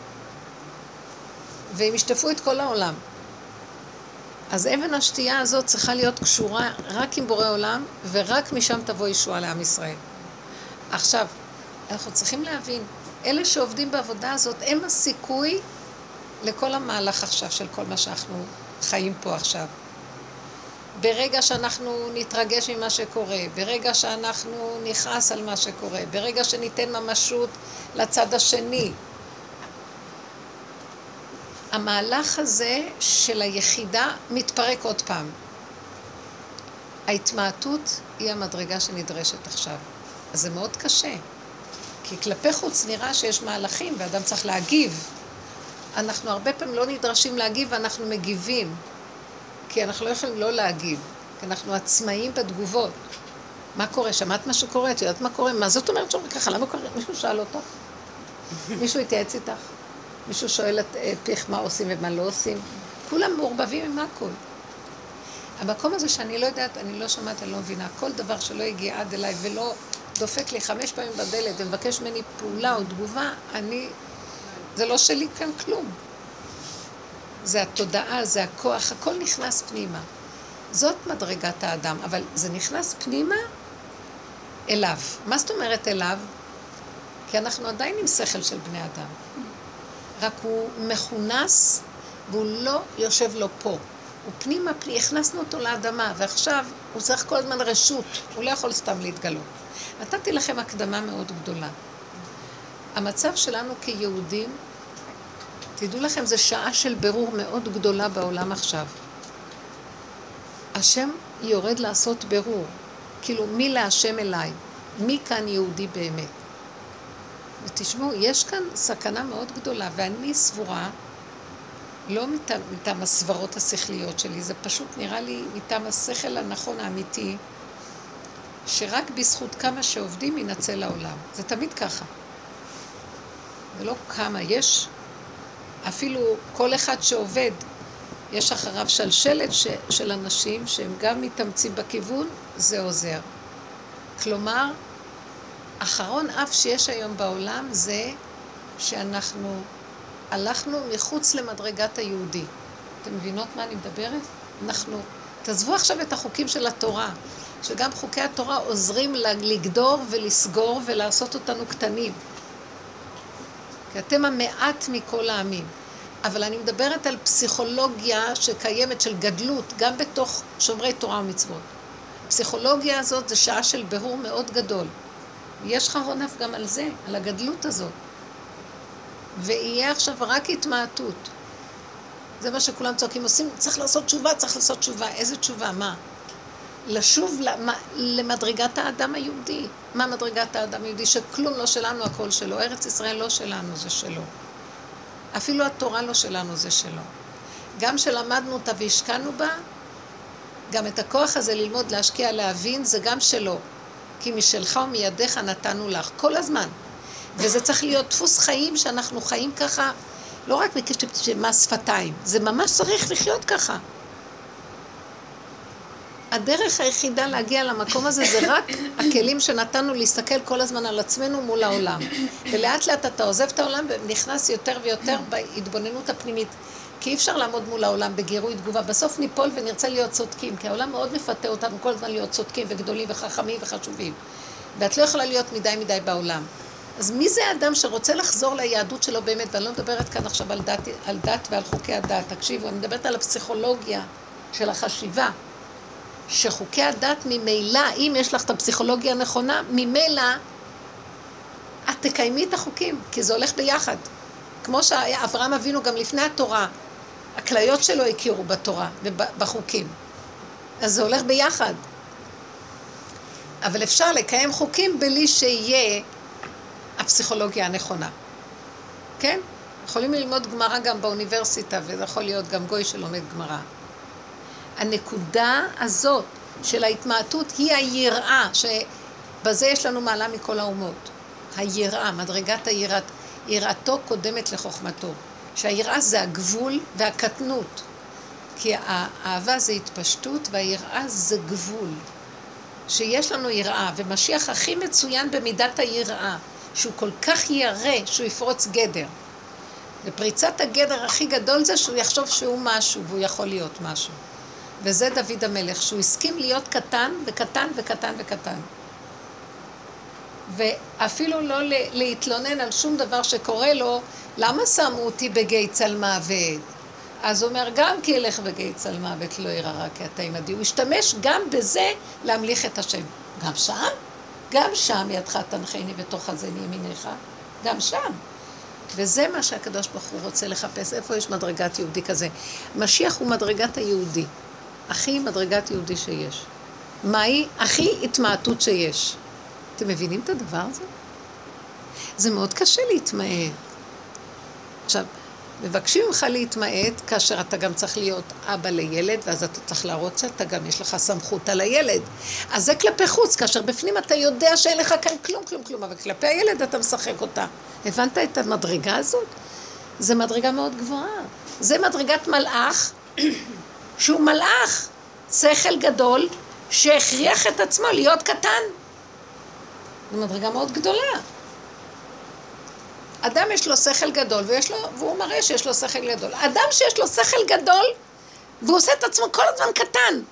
והם ישטפו את כל העולם. אז אבן השתייה הזאת צריכה להיות קשורה רק עם בורא עולם, ורק משם תבוא ישועה לעם ישראל. עכשיו, אנחנו צריכים להבין, אלה שעובדים בעבודה הזאת, הם הסיכוי לכל המהלך עכשיו של כל מה שאנחנו חיים פה עכשיו. ברגע שאנחנו נתרגש ממה שקורה, ברגע שאנחנו נכעס על מה שקורה, ברגע שניתן ממשות לצד השני, המהלך הזה של היחידה מתפרק עוד פעם. ההתמעטות היא המדרגה שנדרשת עכשיו. אז זה מאוד קשה. כי כלפי חוץ נראה שיש מהלכים ואדם צריך להגיב. אנחנו הרבה פעמים לא נדרשים להגיב ואנחנו מגיבים. כי אנחנו לא יכולים לא להגיב. כי אנחנו עצמאים בתגובות. מה קורה? שמעת מה שקורה? את יודעת מה קורה? מה זאת אומרת שאומרים ככה? למה קורה? מישהו שאל אותך? מישהו התייעץ איתך? מישהו שואל את פיך מה עושים ומה לא עושים? כולם מעורבבים עם הכל. המקום הזה שאני לא יודעת, אני לא שמעת, אני לא מבינה. כל דבר שלא הגיע עד אליי ולא דופק לי 5 פעמים בדלת ומבקש ממני פעולה או תגובה, זה לא שלי כאן כלום. זה התודעה, זה הכוח, הכל נכנס פנימה. זאת מדרגת האדם, אבל זה נכנס פנימה אליו. מה זאת אומרת אליו? כי אנחנו עדיין עם שכל של בני אדם. רק הוא מכונס והוא לא יושב לו פה. הוא פנימה, הכנסנו אותו לאדמה, ועכשיו הוא צריך כל הזמן רשות. הוא לא יכול סתם להתגלות. נתתי לכם הקדמה מאוד גדולה. המצב שלנו כיהודים, תדעו לכם, זה שעה של ברור מאוד גדולה בעולם עכשיו. השם יורד לעשות ברור. כאילו, מי להשם אליי? מי כאן יהודי באמת? ותשמעו, יש כאן סכנה מאוד גדולה, ואני סבורה, לא מטעם הסברות השכליות שלי, זה פשוט נראה לי מטעם השכל הנכון האמיתי, שרק בזכות כמה שעובדים ינצל העולם. זה תמיד ככה. ולא כמה, יש אפילו כל אחד שעובד, יש אחריו שלשלת של אנשים שהם גם מתאמצים בכיוון, זה עוזר. כלומר, אחרון אף שיש היום בעולם זה שאנחנו הלכנו מחוץ למדרגת היהודי. אתם מבינות מה אני מדברת? תעזבו עכשיו את החוקים של התורה, שגם חוקי התורה עוזרים לגדור ולסגור ולעשות אותנו קטנים. כי אתם המעט מכל העמים. אבל אני מדברת על פסיכולוגיה שקיימת של גדלות, גם בתוך שומרי תורה ומצוות. הפסיכולוגיה הזאת זה שעה של ברור מאוד גדול. יש חרון אף גם על זה, על הגדלות הזאת. ויהיה עכשיו רק התמעטות. זה מה שכולם צועקים, עושים, צריך לעשות תשובה, צריך לעשות תשובה. איזה תשובה? מה? לשוב למדרגת האדם היהודי. מה מדרגת האדם היהודי? שכלום לא שלנו, הכל שלו. ארץ ישראל לא שלנו, זה שלו. אפילו התורה לא שלנו, זה שלו. גם שלמדנו אותה והשקענו בה, גם את הכוח הזה ללמוד, להשקיע, להבין, זה גם שלו. כי משלך ומידיך נתנו לך, כל הזמן. וזה צריך להיות דפוס חיים שאנחנו חיים ככה, לא רק מה שפתיים, זה ממש צריך לחיות ככה. הדרך היחידה להגיע למקום הזה זה רק הכלים שנתנו להסתכל כל הזמן על עצמנו מול העולם. ולאט לאט אתה עוזב את העולם ונכנס יותר ויותר בהתבוננות הפנימית. כי אי אפשר לעמוד מול העולם בגירוי תגובה. בסוף ניפול ונרצה להיות צודקים, כי העולם מאוד מפתה אותנו כל הזמן להיות צודקים וגדולים וחכמים וחשובים. ואת לא יכולה להיות מדי בעולם. אז מי זה האדם שרוצה לחזור ליהדות שלו באמת? ואני לא מדברת כאן עכשיו על דת ועל חוקי הדת. תקשיבו, אני מדברת על הפסיכולוגיה של החשיבה. שחוקי הדת ממילא, אם יש לך את הפסיכולוגיה הנכונה, ממילא את תקיימי את החוקים, כי זה הולך ביחד. כמו שאברהם אבינו גם לפני התורה, הכליות שלו הכירו בתורה ובחוקים. אז זה הולך ביחד. אבל אפשר לקיים חוקים בלי שיהיה הפסיכולוגיה הנכונה. כן? יכולים ללמוד גמרא גם באוניברסיטה, וזה יכול להיות גם גוי שלומד גמרא. הנקודה הזאת של ההתמעטות היא היראה, שבזה יש לנו מעלה מכל האומות. היראה, מדרגת היראת, יראתו קודמת לחוכמתו. שהיראה זה הגבול והקטנות. כי האהבה זה התפשטות והיראה זה גבול. שיש לנו יראה, ומשיח הכי מצוין במידת היראה, שהוא כל כך ירא שהוא יפרוץ גדר. ופריצת הגדר הכי גדול זה שהוא יחשוב שהוא משהו, והוא יכול להיות משהו. וזה דוד המלך, שהוא הסכים להיות קטן וקטן וקטן וקטן. ואפילו לא להתלונן על שום דבר שקורה לו, למה שמו אותי בגיא צל מוות? אז הוא אומר, גם כי ילך בגיא צל מוות לא ירא רע כי אתה עמדי. הוא השתמש גם בזה להמליך את השם. גם שם? גם שם ידך תנחני בתוך חזני ימינך. גם שם. וזה מה שהקדוש ברוך הוא רוצה לחפש. איפה יש מדרגת יהודי כזה? משיח הוא מדרגת היהודי. הכי מדרגת יהודי שיש. מהי? הכי התמעטות שיש. אתם מבינים את הדבר הזה? זה מאוד קשה להתמעט. עכשיו, מבקשים ממך להתמעט כאשר אתה גם צריך להיות אבא לילד, ואז אתה צריך להראות שאתה גם יש לך סמכות על הילד. אז זה כלפי חוץ, כאשר בפנים אתה יודע שאין לך כאן כלום, אבל כלפי הילד אתה משחק אותה. הבנת את המדרגה הזאת? זה מדרגה מאוד גבוהה. זה מדרגת מלאך, שהוא מלאך, שכל גדול, שהכריח את עצמו להיות קטן. זו מדרגה מאוד גדולה. אדם יש לו שכל גדול, והוא מראה שיש לו שכל גדול. אדם שיש לו שכל גדול, והוא עושה את עצמו כל הזמן קטן.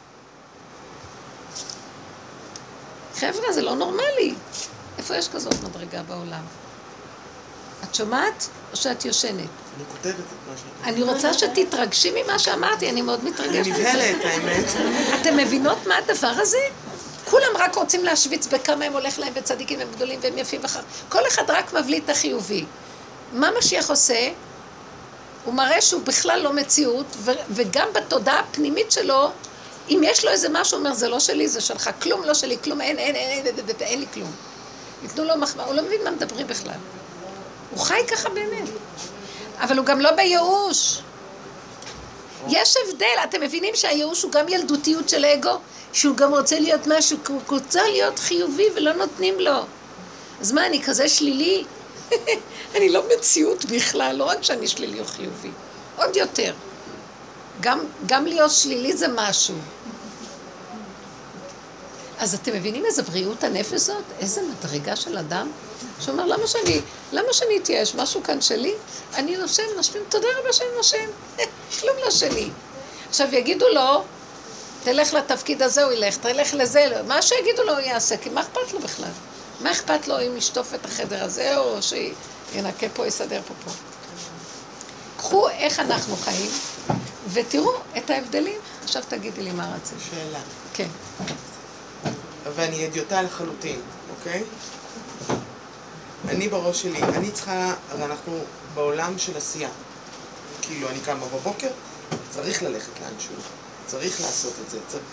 חבר'ה, זה לא נורמלי. איפה יש כזאת מדרגה בעולם? את שומעת או שאת יושנת? אני כותבת את מה שאת... אני רוצה שתתרגשי ממה שאמרתי, אני מאוד מתרגשת. אני נבהלת, האמת. אתם מבינות מה הדבר הזה? כולם רק רוצים להשוויץ בכמה הם הולך להם וצדיקים הם גדולים והם יפים וחר. כל אחד רק מבליט את החיובי. מה משיח עושה? הוא מראה שהוא בכלל לא מציאות, וגם בתודעה הפנימית שלו, אם יש לו איזה משהו, הוא אומר, זה לא שלי, זה שלך, כלום לא שלי, כלום, אין לי כלום. יתנו לו מחמאה, הוא לא מבין מה מדברים בכלל. הוא חי ככה באמת. אבל הוא גם לא בייאוש. יש הבדל, אתם מבינים שהייאוש הוא גם ילדותיות של אגו? שהוא גם רוצה להיות משהו, הוא רוצה להיות חיובי ולא נותנים לו. אז מה, אני כזה שלילי? אני לא מציאות בכלל, לא רק שאני שלילי או חיובי. עוד יותר. גם להיות שלילי זה משהו. אז אתם מבינים איזה בריאות הנפש זאת? איזה מדרגה של אדם? שאומר, למה שאני אתייאש? משהו כאן שלי? אני נושם, תודה רבה שאני נושם. כלום לא שלי. עכשיו יגידו לו, תלך לתפקיד הזה, הוא ילך, תלך לזה, מה שיגידו לו הוא יעשה, כי מה אכפת לו בכלל? מה אכפת לו אם ישטוף את החדר הזה, או שינקה פה, יסדר פה. קחו איך אנחנו חיים, ותראו את ההבדלים. עכשיו תגידי לי מה רצית. שאלה. כן. ואני הדיוטה לחלוטין, אוקיי? אני בראש שלי, אני צריכה, הרי אנחנו בעולם של עשייה. כאילו, אני קמה בבוקר, צריך ללכת לאנשהו, צריך לעשות את זה.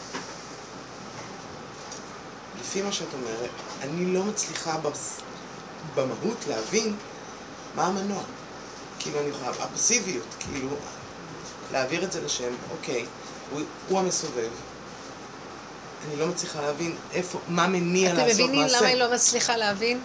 לפי מה שאת אומרת, אני לא מצליחה במהות להבין מה המנוע. כאילו, אני יכולה, הפסיביות, כאילו, להעביר את זה לשם, אוקיי, הוא המסובב. אני לא מצליחה להבין מה מניע לעשות מעשה. אתם מבינים למה היא לא מצליחה להבין?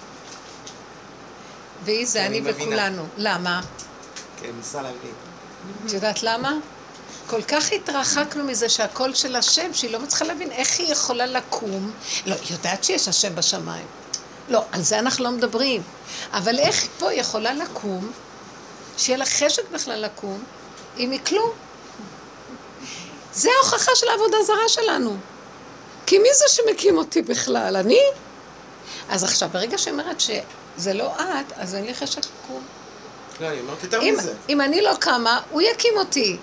והיא זה אני וכולנו. למה? כן, ניסה להבין. את יודעת למה? כל כך התרחקנו מזה שהקול של השם, שהיא לא מצליחה להבין איך היא יכולה לקום. לא, היא יודעת שיש השם בשמיים. לא, על זה אנחנו לא מדברים. אבל איך פה היא יכולה לקום, שיהיה לה חשק בכלל לקום, אם היא כלום? זה ההוכחה של העבודה זרה שלנו. כי מי זה שמקים אותי בכלל? אני? אז עכשיו, ברגע שאומרת שזה לא את, אז אין לי חשק לקום. לא, אני אומרת יותר מזה. אם אני לא קמה, הוא יקים אותי.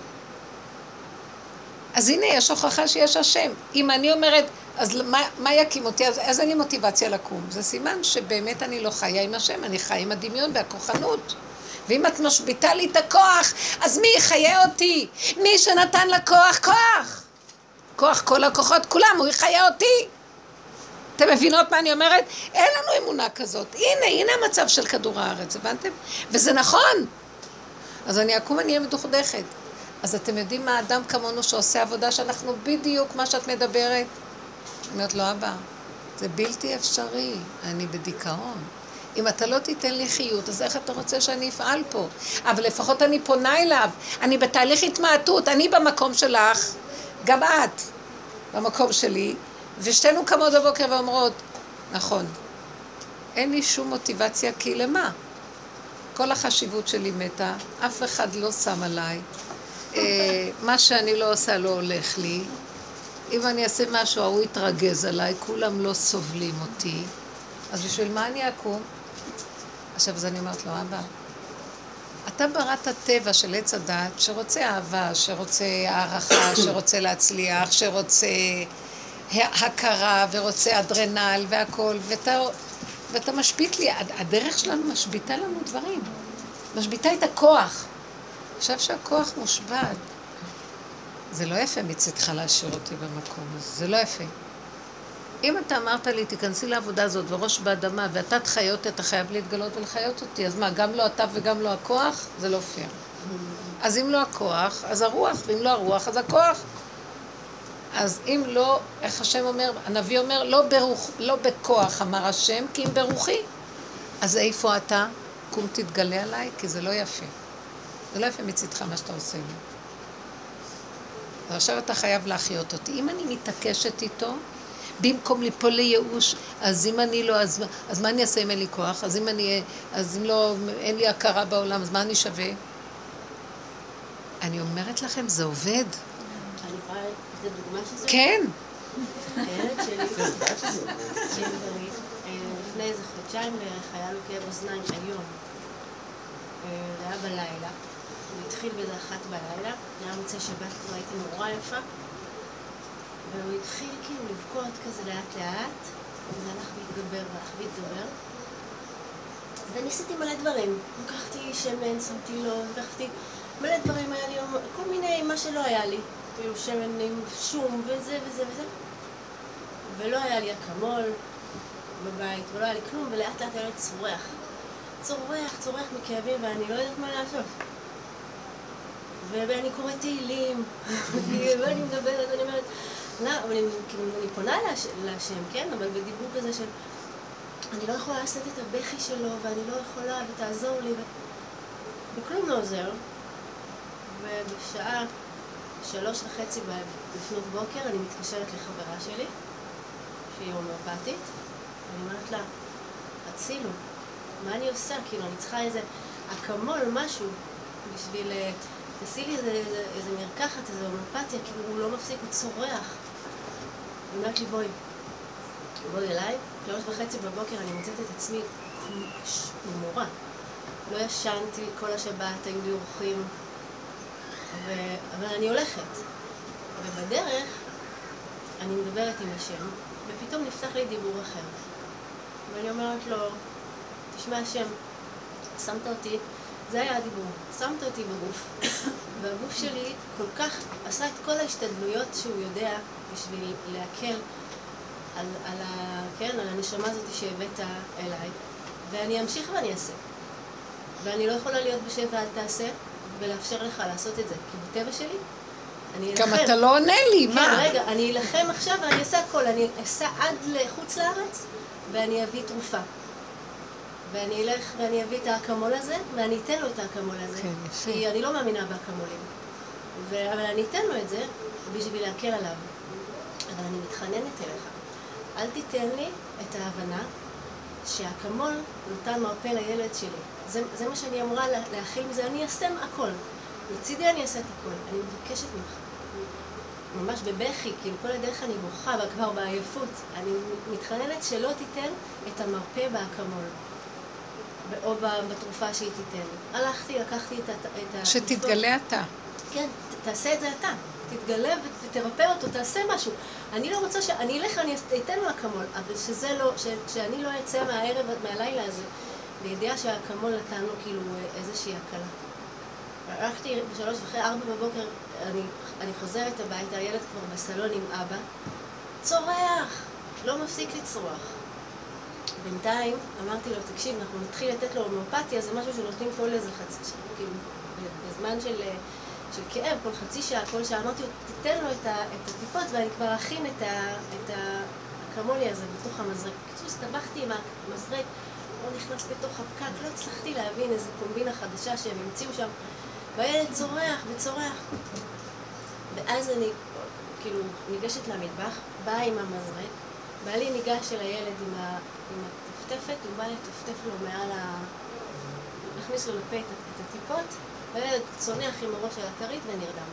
אז הנה, יש הוכחה שיש השם. אם אני אומרת, אז מה יקים אותי? אז אין לי מוטיבציה לקום. זה סימן שבאמת אני לא חיה עם השם, אני חיה עם הדמיון והכוחנות. ואם את משביטה לי את הכוח, אז מי יחיה אותי? מי שנתן לכוח כוח? כוח כל הכוחות, כולם, הוא יחיה אותי. אתם מבינות מה אני אומרת? אין לנו אמונה כזאת. הנה המצב של כדור הארץ, הבנתם? וזה נכון. אז אני אקום, אני אהיה מדוכדכת. אז אתם יודעים מה האדם כמונו שעושה עבודה שאנחנו בדיוק מה שאת מדברת? אומרת לו, אבא, זה בלתי אפשרי, אני בדיכאון. אם אתה לא תיתן לי חיות, אז איך אתה רוצה שאני אפעל פה? אבל לפחות אני פונה אליו, אני בתהליך התמעטות, אני במקום שלך, גם את במקום שלי, ושתינו קמות בבוקר ואומרות, נכון, אין לי שום מוטיבציה, כי למה? כל החשיבות שלי מתה, אף אחד לא שם עליי, מה שאני לא עושה לא הולך לי, אם אני אעשה משהו, הוא יתרגז עליי, כולם לא סובלים אותי, אז בשביל מה אני אקום? עכשיו, אז אני אומרת לו, אבא, אתה בראת הטבע של עץ הדת, שרוצה אהבה, שרוצה הערכה, שרוצה להצליח, שרוצה הכרה, ורוצה אדרנל והכל, ואתה משבית לי, הדרך שלנו משביתה לנו דברים, משביתה את הכוח. עכשיו שהכוח מושבת, זה לא יפה מצדך להשאיר אותי במקום הזה, זה לא יפה. אם אתה אמרת לי, תיכנסי לעבודה הזאת וראש באדמה, ואתה תחיות, אתה חייב להתגלות ולחיות אותי, אז מה, גם לא אתה וגם לא הכוח? זה לא פייר. אז אם לא הכוח, אז הרוח, ואם לא הרוח, אז הכוח. אז אם לא, איך השם אומר, הנביא אומר, לא בכוח אמר השם, כי אם ברוחי. אז איפה אתה? קום תתגלה עליי, כי זה לא יפה. זה לא יפה מצדך מה שאתה עושה לי. ועכשיו אתה חייב להחיות אותי. אם אני מתעקשת איתו, במקום ליפול לייאוש, אז אם אני לא, אז מה אני אעשה אם אין לי כוח? אז אם לא, אין לי הכרה בעולם, אז מה אני שווה? אני אומרת לכם, זה עובד. אני יכולה לתת דוגמה שזה? כן. הילד שלי, לפני איזה חודשיים בערך, היה לו כאב אוזניים היום. זה היה בלילה. הוא התחיל באיזה 1 בלילה, היה מוצא שבת, כבר הייתי נורא יפה. והוא התחיל כאילו לבכות כזה לאט לאט, וזה הלך והתגבר. וניסיתי מלא דברים. לקחתי שמן, שמתי לו, לקחתי מלא דברים, היה לי כל מיני, מה שלא היה לי. כאילו שמן עם שום וזה וזה וזה. ולא היה לי אקמול בבית, ולא היה לי כלום, ולאט לאט היה לי צורח מכאבים, ואני לא יודעת מה לעשות. ואני קוראת תהילים, ואני מדברת, ואני אומרת, לא, אבל אני פונה להשם, כן? אבל בדיבור כזה של, אני לא יכולה לעשות את הבכי שלו, ואני לא יכולה, ותעזור לי, וכלום לא עוזר. ובשעה 3:30 לפנות בוקר, אני מתקשרת לחברה שלי, שהיא הומאופתית, ואני אומרת לה, הצילו, מה אני עושה? כאילו, אני צריכה איזה אקמול, משהו, בשביל, תעשי לי איזה מרקחת, איזה הומאופתיה, כאילו הוא לא מפסיק, הוא צורח. היא אומרת לי, בואי אליי, 3:30 בבוקר אני מוצאת את עצמי מורה. לא ישנתי כל השבת, היו לי אורחים, אבל אני הולכת. ובדרך אני מדברת עם השם, ופתאום נפתח לי דיבור אחר. ואני אומרת לו, תשמע השם, שמת אותי, זה היה הדיבור, שמת אותי בגוף, והגוף שלי כל כך עשה את כל ההשתדלויות שהוא יודע בשביל להקל על הנשמה הזאת שהבאת אליי, ואני אמשיך ואני אעשה. ואני לא יכולה להיות בשב ואל תעשה, ולאפשר לך לעשות את זה, כי בטבע שלי, אני אלחם. גם אתה לא עונה לי, כן, מה? רגע, אני אלחם עכשיו ואני אעשה הכל, אני אעשה עד לחוץ לארץ, ואני אביא תרופה. ואני אלך ואני אביא את האקמול הזה, ואני אתן לו את האקמול הזה. כן, יפה. כי אני לא מאמינה באקמולים. אבל אני אתן לו את זה בשביל להקל עליו. אבל אני מתחננת אליך. אל תיתן לי את ההבנה שהאקמול נותן מרפא לילד שלי. זה מה שאני אמורה להכיל מזה. אני אעשה הכל. לצידי אני אעשה את הכל. אני מבקשת ממך. ממש בבכי, כאילו כל הדרך אני בוכה, וכבר בעייפות. אני מתחננת שלא תיתן את המרפא באקמול. או בתרופה שהיא תיתן. הלכתי, לקחתי את שתתגלה אתה. כן, תעשה את זה אתה. תתגלה ותרפא אותו, תעשה משהו. אני לא רוצה אני אלך, אני אתן לו אקמול, אבל שזה לא, שאני לא אצא מהלילה הזה, בידיעה שהאקמול נתן לו כאילו איזושהי הקלה. הלכתי ב3:30, 4 בבוקר, אני חוזרת הביתה, הילד כבר בסלון עם אבא, צורח, לא מפסיק לצרוח. בינתיים אמרתי לו, תקשיב, אנחנו נתחיל לתת לו הומאופתיה, זה משהו שנותנים כל איזה חצי שעה, כאילו, בזמן של כאב, כל חצי שעה, כל שעה, אמרתי לו, תיתן לו את הטיפות ואני כבר אכין את האקמוליה הזה בתוך המזרק. בקיצור, הסתבכתי עם המזרק, לא נכנס בתוך הפקק, לא הצלחתי להבין איזו קומבינה חדשה שהם המציאו שם, והילד צורח וצורח. ואז אני, כאילו, ניגשת למטבח, באה עם המזרק, בעלי ניגש אל הילד עם הטפטפת, הוא בא לטפטף לו מעל הכניס לו לפה את הטיפות, והילד צונח עם הראש על הכרית ונרדם.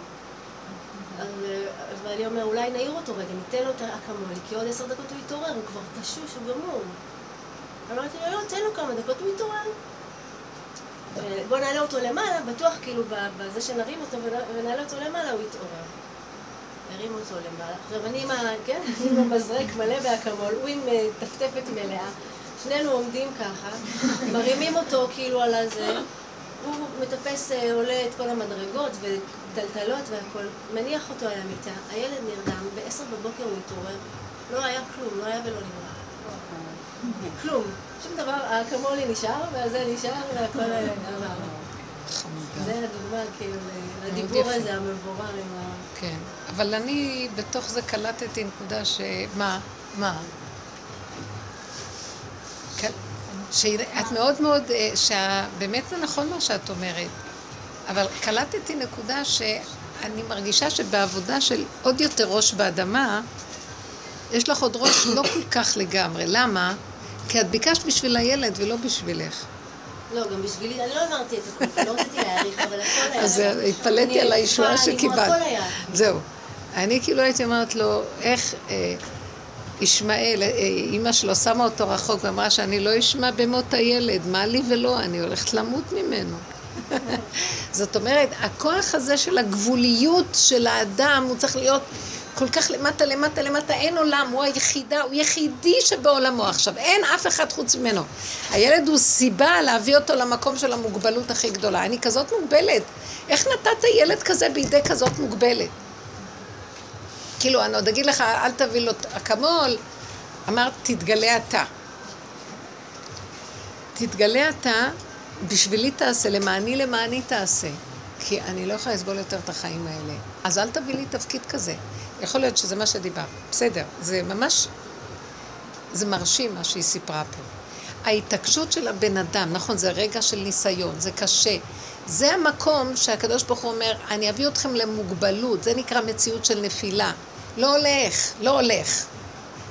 אז אני אומר, אולי נעיר אותו רגע, ניתן לו את האקמול, כי עוד 10 דקות הוא יתעורר, הוא כבר תשוש, הוא גמור. אמרתי לו, לא, תן לו כמה דקות, הוא יתעורר. בוא נעלה אותו למעלה, בטוח כאילו בזה שנרים אותו ונעלה אותו למעלה, הוא יתעורר. הרים אותו למעלה. עכשיו אני עם המזרק מלא באקמול, הוא עם טפטפת מלאה, שנינו עומדים ככה, מרימים אותו כאילו על הזה, הוא מטפס, עולה את כל המדרגות וטלטלות והכל, מניח אותו על המיטה, הילד נרדם, ב10 בבוקר הוא התעורר, לא היה כלום, לא היה ולא נברא. כלום, שום דבר, האקמולי נשאר והזה נשאר והכל עבר. זה הדוגמה כאילו לדיבור הזה המבורר עם ה... כן, אבל אני בתוך זה קלטתי נקודה מה? שאת מאוד מאוד, באמת זה נכון מה שאת אומרת, אבל קלטתי נקודה שאני מרגישה שבעבודה של עוד יותר ראש באדמה, יש לך עוד ראש לא כל כך לגמרי. למה? כי את ביקשת בשביל הילד ולא בשבילך. לא, גם בשבילי, אני לא אמרתי את הכל, לא רציתי להעריך, אבל הכל היה. אז התפלאתי על הישועה שקיבלת. הכל היה. זהו. אני כאילו הייתי אומרת לו, איך ישמעאל, אמא שלו שמה אותו רחוק ואמרה שאני לא אשמע במות הילד, מה לי ולא, אני הולכת למות ממנו. זאת אומרת, הכוח הזה של הגבוליות של האדם, הוא צריך להיות כל כך למטה, אין עולם, הוא היחידה, הוא יחידי שבעולמו עכשיו, אין אף אחד חוץ ממנו. הילד הוא סיבה להביא אותו למקום של המוגבלות הכי גדולה. אני כזאת מוגבלת. איך נתת ילד כזה בידי כזאת מוגבלת? כאילו, אני עוד אגיד לך, אל תביא לו אקמול, אמרת, תתגלה אתה. תתגלה אתה, בשבילי תעשה, למעני תעשה. כי אני לא יכולה לסבול יותר את החיים האלה. אז אל תביא לי תפקיד כזה. יכול להיות שזה מה שדיבר. בסדר, זה ממש, זה מרשים מה שהיא סיפרה פה. ההתעקשות של הבן אדם, נכון, זה רגע של ניסיון, זה קשה. זה המקום שהקדוש ברוך הוא אומר, אני אביא אתכם למוגבלות, זה נקרא מציאות של נפילה. לא הולך.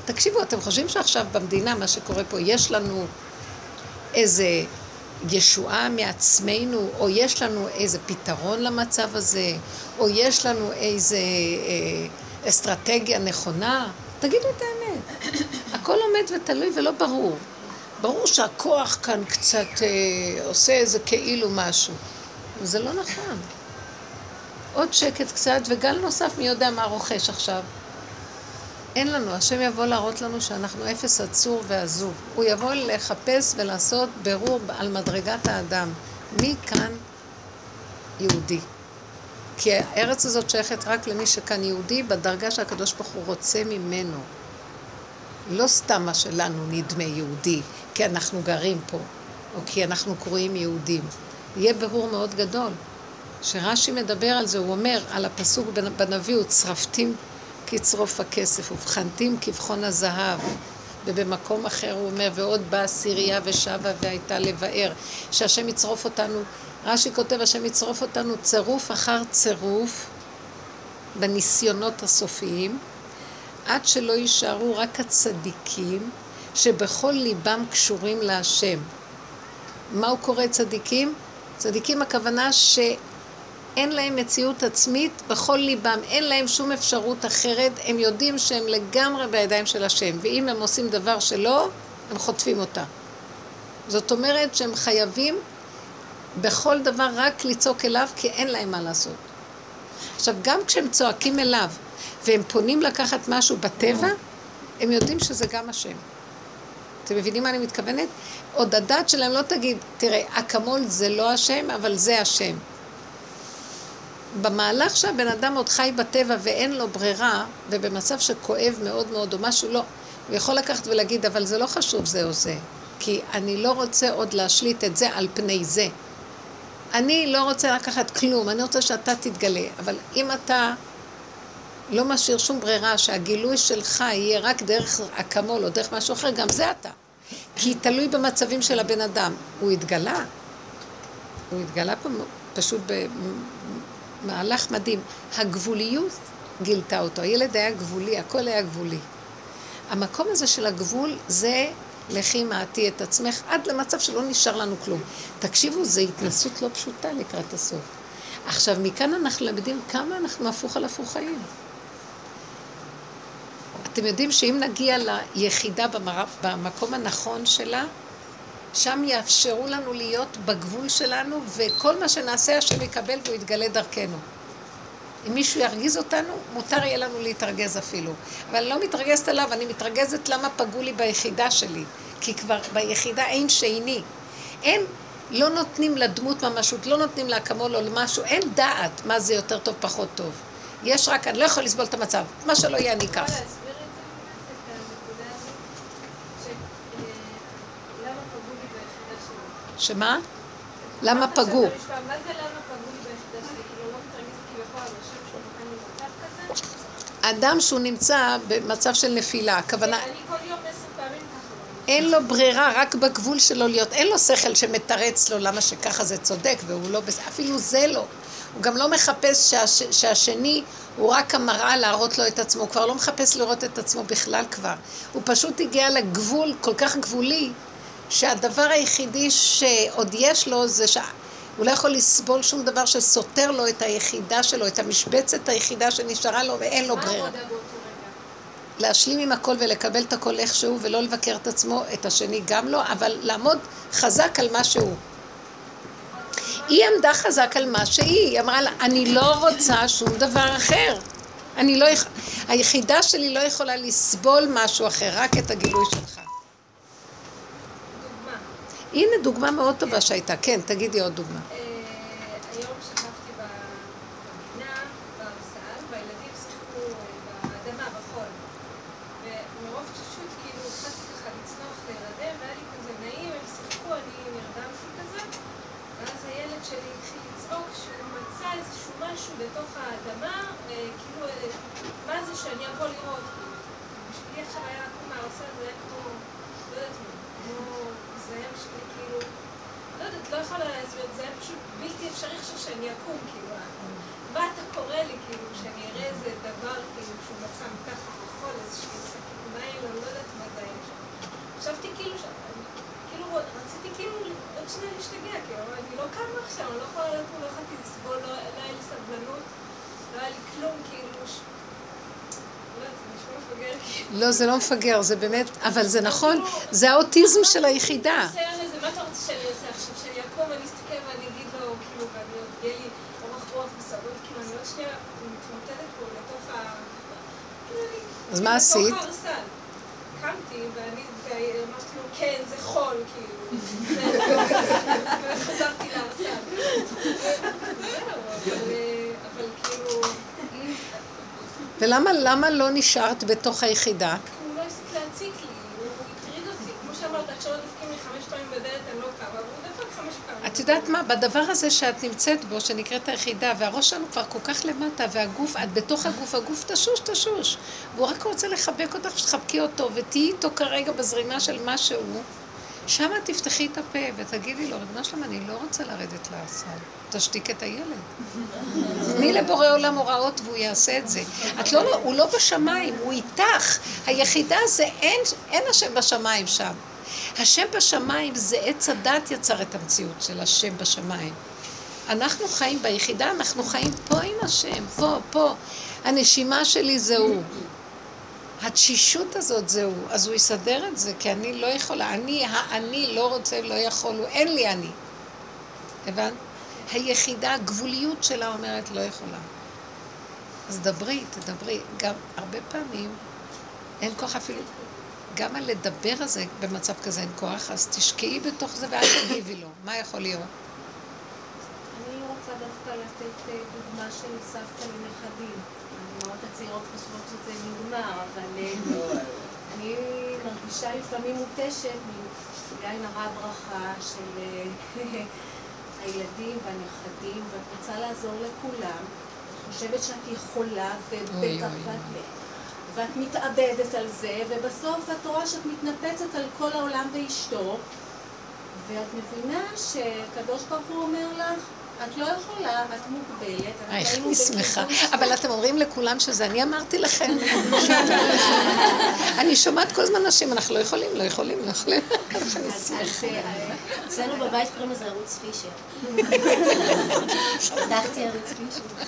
תקשיבו, אתם חושבים שעכשיו במדינה, מה שקורה פה, יש לנו איזה ישועה מעצמנו, או יש לנו איזה פתרון למצב הזה, או יש לנו איזה אסטרטגיה נכונה? תגידו את האמת. הכל עומד ותלוי ולא ברור. ברור שהכוח כאן קצת עושה איזה כאילו משהו. וזה לא נכון. עוד שקט קצת, וגל נוסף, מי יודע מה רוכש עכשיו. אין לנו, השם יבוא להראות לנו שאנחנו אפס עצור ועזוב. הוא יבוא לחפש ולעשות ברור על מדרגת האדם. מי כאן יהודי? כי הארץ הזאת שייכת רק למי שכאן יהודי, בדרגה שהקדוש ברוך הוא רוצה ממנו. לא סתם מה שלנו נדמה יהודי, כי אנחנו גרים פה, או כי אנחנו קרואים יהודים. יהיה ברור מאוד גדול. שרש"י מדבר על זה, הוא אומר על הפסוק בנביא, וצרפתים כצרוף הכסף, ובחנתים כבחון הזהב. ובמקום אחר הוא אומר, ועוד באה סיריה ושבה והייתה לבאר, שהשם יצרוף אותנו, רש"י כותב, השם יצרוף אותנו צירוף אחר צירוף, בניסיונות הסופיים, עד שלא יישארו רק הצדיקים, שבכל ליבם קשורים להשם. מהו קורא צדיקים? צדיקים הכוונה שאין להם מציאות עצמית בכל ליבם, אין להם שום אפשרות אחרת, הם יודעים שהם לגמרי בידיים של השם, ואם הם עושים דבר שלא, הם חוטפים אותה. זאת אומרת שהם חייבים בכל דבר רק לצעוק אליו, כי אין להם מה לעשות. עכשיו, גם כשהם צועקים אליו, והם פונים לקחת משהו בטבע, הם יודעים שזה גם השם. אתם מבינים מה אני מתכוונת? עוד הדת שלהם לא תגיד, תראה, אקמול זה לא השם, אבל זה השם. במהלך שהבן אדם עוד חי בטבע ואין לו ברירה, ובמצב שכואב מאוד מאוד או משהו לא, הוא יכול לקחת ולהגיד, אבל זה לא חשוב זה או זה, כי אני לא רוצה עוד להשליט את זה על פני זה. אני לא רוצה לקחת כלום, אני רוצה שאתה תתגלה, אבל אם אתה לא משאיר שום ברירה שהגילוי שלך יהיה רק דרך אקמול או דרך משהו אחר, גם זה אתה. כי תלוי במצבים של הבן אדם. הוא התגלה פה פשוט במהלך מדהים. הגבוליות גילתה אותו, הילד היה גבולי, הכל היה גבולי. המקום הזה של הגבול זה לכי מעטי את עצמך עד למצב שלא נשאר לנו כלום. תקשיבו, זו התנסות לא פשוטה לקראת הסוף. עכשיו, מכאן אנחנו למדים כמה אנחנו הפוך על הפוך חיים. אתם יודעים שאם נגיע ליחידה במקום הנכון שלה, שם יאפשרו לנו להיות בגבול שלנו, וכל מה שנעשה השם יקבל והוא יתגלה דרכנו. אם מישהו ירגיז אותנו, מותר יהיה לנו להתרגז אפילו. אבל אני לא מתרגזת עליו, אני מתרגזת למה פגעו לי ביחידה שלי. כי כבר ביחידה אין שני. אין, לא נותנים לדמות ממשות, לא נותנים לאקמול או למשהו, אין דעת מה זה יותר טוב, פחות טוב. יש רק, אני לא יכול לסבול את המצב. מה שלא יהיה, אני אקח. שמה? למה פגעו? מה זה למה פגעו לי ביחידה שלי? כאילו לא מתרגזת כביכול על השם שהוא נותן לי מצב כזה? אדם שהוא נמצא במצב של נפילה, הכוונה... אני כל יום 10 פעמים ככה. אין לו ברירה, רק בגבול שלו להיות, אין לו שכל שמתרץ לו למה שככה זה צודק, והוא לא... אפילו זה לא. הוא גם לא מחפש שהשני הוא רק המראה להראות לו את עצמו, הוא כבר לא מחפש לראות את עצמו בכלל כבר. הוא פשוט הגיע לגבול כל כך גבולי, שהדבר היחידי שעוד יש לו זה שהוא לא יכול לסבול שום דבר שסותר לו את היחידה שלו, את המשבצת היחידה שנשארה לו ואין לו ברירה. להשלים עם הכל ולקבל את הכל איכשהו ולא לבקר את עצמו, את השני גם לא, אבל לעמוד חזק על מה שהוא. היא עמדה חזק על מה שהיא, היא אמרה לה, אני לא רוצה שום דבר אחר. היחידה שלי לא יכולה לסבול משהו אחר, רק את הגילוי שלך. הנה דוגמה מאוד טובה שהייתה, כן, תגידי עוד דוגמה. היום שכבתי בגינה, בארסל, והילדים שיחקו באדמה, בחול. ומרוב תשות, כאילו, התחלתי ככה לצנוח להירדם, והיה לי כזה נעים, הם שיחקו, אני נרדמתי כזה, ואז הילד שלי התחיל לצעוק שהוא מצא איזשהו משהו בתוך האדמה, כאילו, מה זה שאני אבוא לראות? בשבילי עכשיו היה כמו מהארסל, זה היה כמו, לא יודעת מה, זה היה בשבילי כאילו, לא יודעת, לא יכולה להסביר, זה היה פשוט בלתי אפשרי עכשיו שאני אקום, כאילו, מה אתה קורא לי, כאילו, שאני אראה איזה דבר, כאילו, שהוא מצא מתחת לחול, איזושהי שקית מים, או לא כמה עכשיו, אני לא יכולה לקום, לא יכולתי לסבול, לא היה לי סבלנות, לא היה לי כלום, כאילו... לא, זה לא מפגר, זה באמת, אבל זה נכון, זה האוטיזם של היחידה. מה אתה רוצה שאני אעשה עכשיו? שאני אקום, אני אסתכל ואני אגיד לו, כאילו, ואני עוד יהיה לי אורך רוח וסבלות, כאילו, אני עוד שנייה מתמוטטת פה לתוך ה... אז מה עשית? לתוך ההרסן. קמתי ואני אמרתי לו, כן, זה חול, כאילו. וחזרתי להרסן. זהו, אבל כאילו... ולמה לא נשארת בתוך היחידה? הוא לא הפסיק להציק לי, הוא הטריד אותי. כמו שאמרת, עכשיו דופקים לי 5 פעמים בדלת, אני לא קמה, והוא דפק 5 פעמים. את יודעת מה? בדבר הזה שאת נמצאת בו, שנקראת היחידה, והראש שלנו כבר כל כך למטה, והגוף, את בתוך הגוף, הגוף תשוש. והוא רק רוצה לחבק אותך, שתחבקי אותו, ותהיי איתו כרגע בזרימה של משהו. שם תפתחי את הפה ותגידי לו, ריבונו שלמה, אני לא רוצה לרדת להרסן. תשתיק את הילד. תני לבורא עולם הוראות והוא יעשה את זה. הוא לא בשמיים, הוא איתך. היחידה זה אין השם בשמיים שם. השם בשמיים זה עץ הדת יצר את המציאות של השם בשמיים. אנחנו חיים ביחידה, אנחנו חיים פה עם השם, פה. הנשימה שלי זה הוא. התשישות הזאת זהו, אז הוא יסדר את זה, כי אני לא יכולה, אני לא רוצה, לא יכול, אין לי אני. הבנת? היחידה, הגבוליות שלה אומרת לא יכולה. אז תדברי, גם הרבה פעמים אין כוח אפילו, גם על לדבר הזה במצב כזה אין כוח, אז תשקעי בתוך זה ואל תגיבי לו. מה יכול להיות? אני רוצה דווקא לתת דוגמה של סבתא לנכדים. המאמרות הצעירות חושבות שזה נגמר, אבל אני מרגישה לפעמים מותשת מעין הרע ברכה של הילדים והנכדים, ואת רוצה לעזור לכולם. את חושבת שאת יכולה ובטח ואת מתאבדת על זה, ובסוף את רואה שאת מתנפצת על כל העולם ואשתו, ואת מבינה שקדוש ברוך הוא אומר לך, את לא יכולה, את מוגבלת. איך אני שמחה. אבל אתם אומרים לכולם שזה, אני אמרתי לכם. אני שומעת כל הזמן נשים, אנחנו לא יכולים. אני שמחה. אצלנו בבית קוראים לזה ערוץ פישר. פתחתי ערוץ פישר.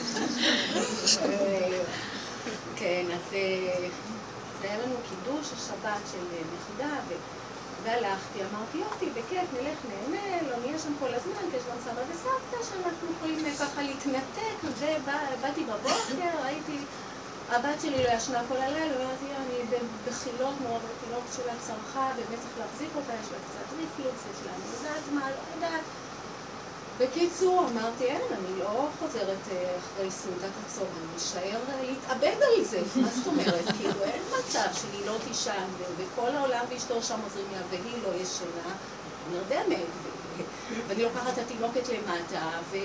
כן, אז זה היה לנו קידוש השבת של נכדה, והלכתי, אמרתי, יופי, בכיף, נלך, נהנה, לא נהיה שם כל הזמן, כי יש גם סבא וסבתא שאנחנו יכולים ככה להתנתק, ובאתי בבוקר, ראיתי, הבת שלי לא ישנה כל הלילה, ואמרתי, אני בחילות מאוד, בתינוק שלה צרכה, באמת צריך להחזיק אותה, יש לה קצת ריפלוקס, יש לה יודעת מה, לא יודעת. בקיצור, אמרתי, אין, אני לא חוזרת אחרי סעודת הצום, אני אשאר להתאבד על זה, מה זאת אומרת? כאילו, אין מצב שהיא לא תישן, וכל העולם ואשתו שם עוזרים לה, והיא לא ישנה, נרדמת, ואני לוקחת את התינוקת למטה,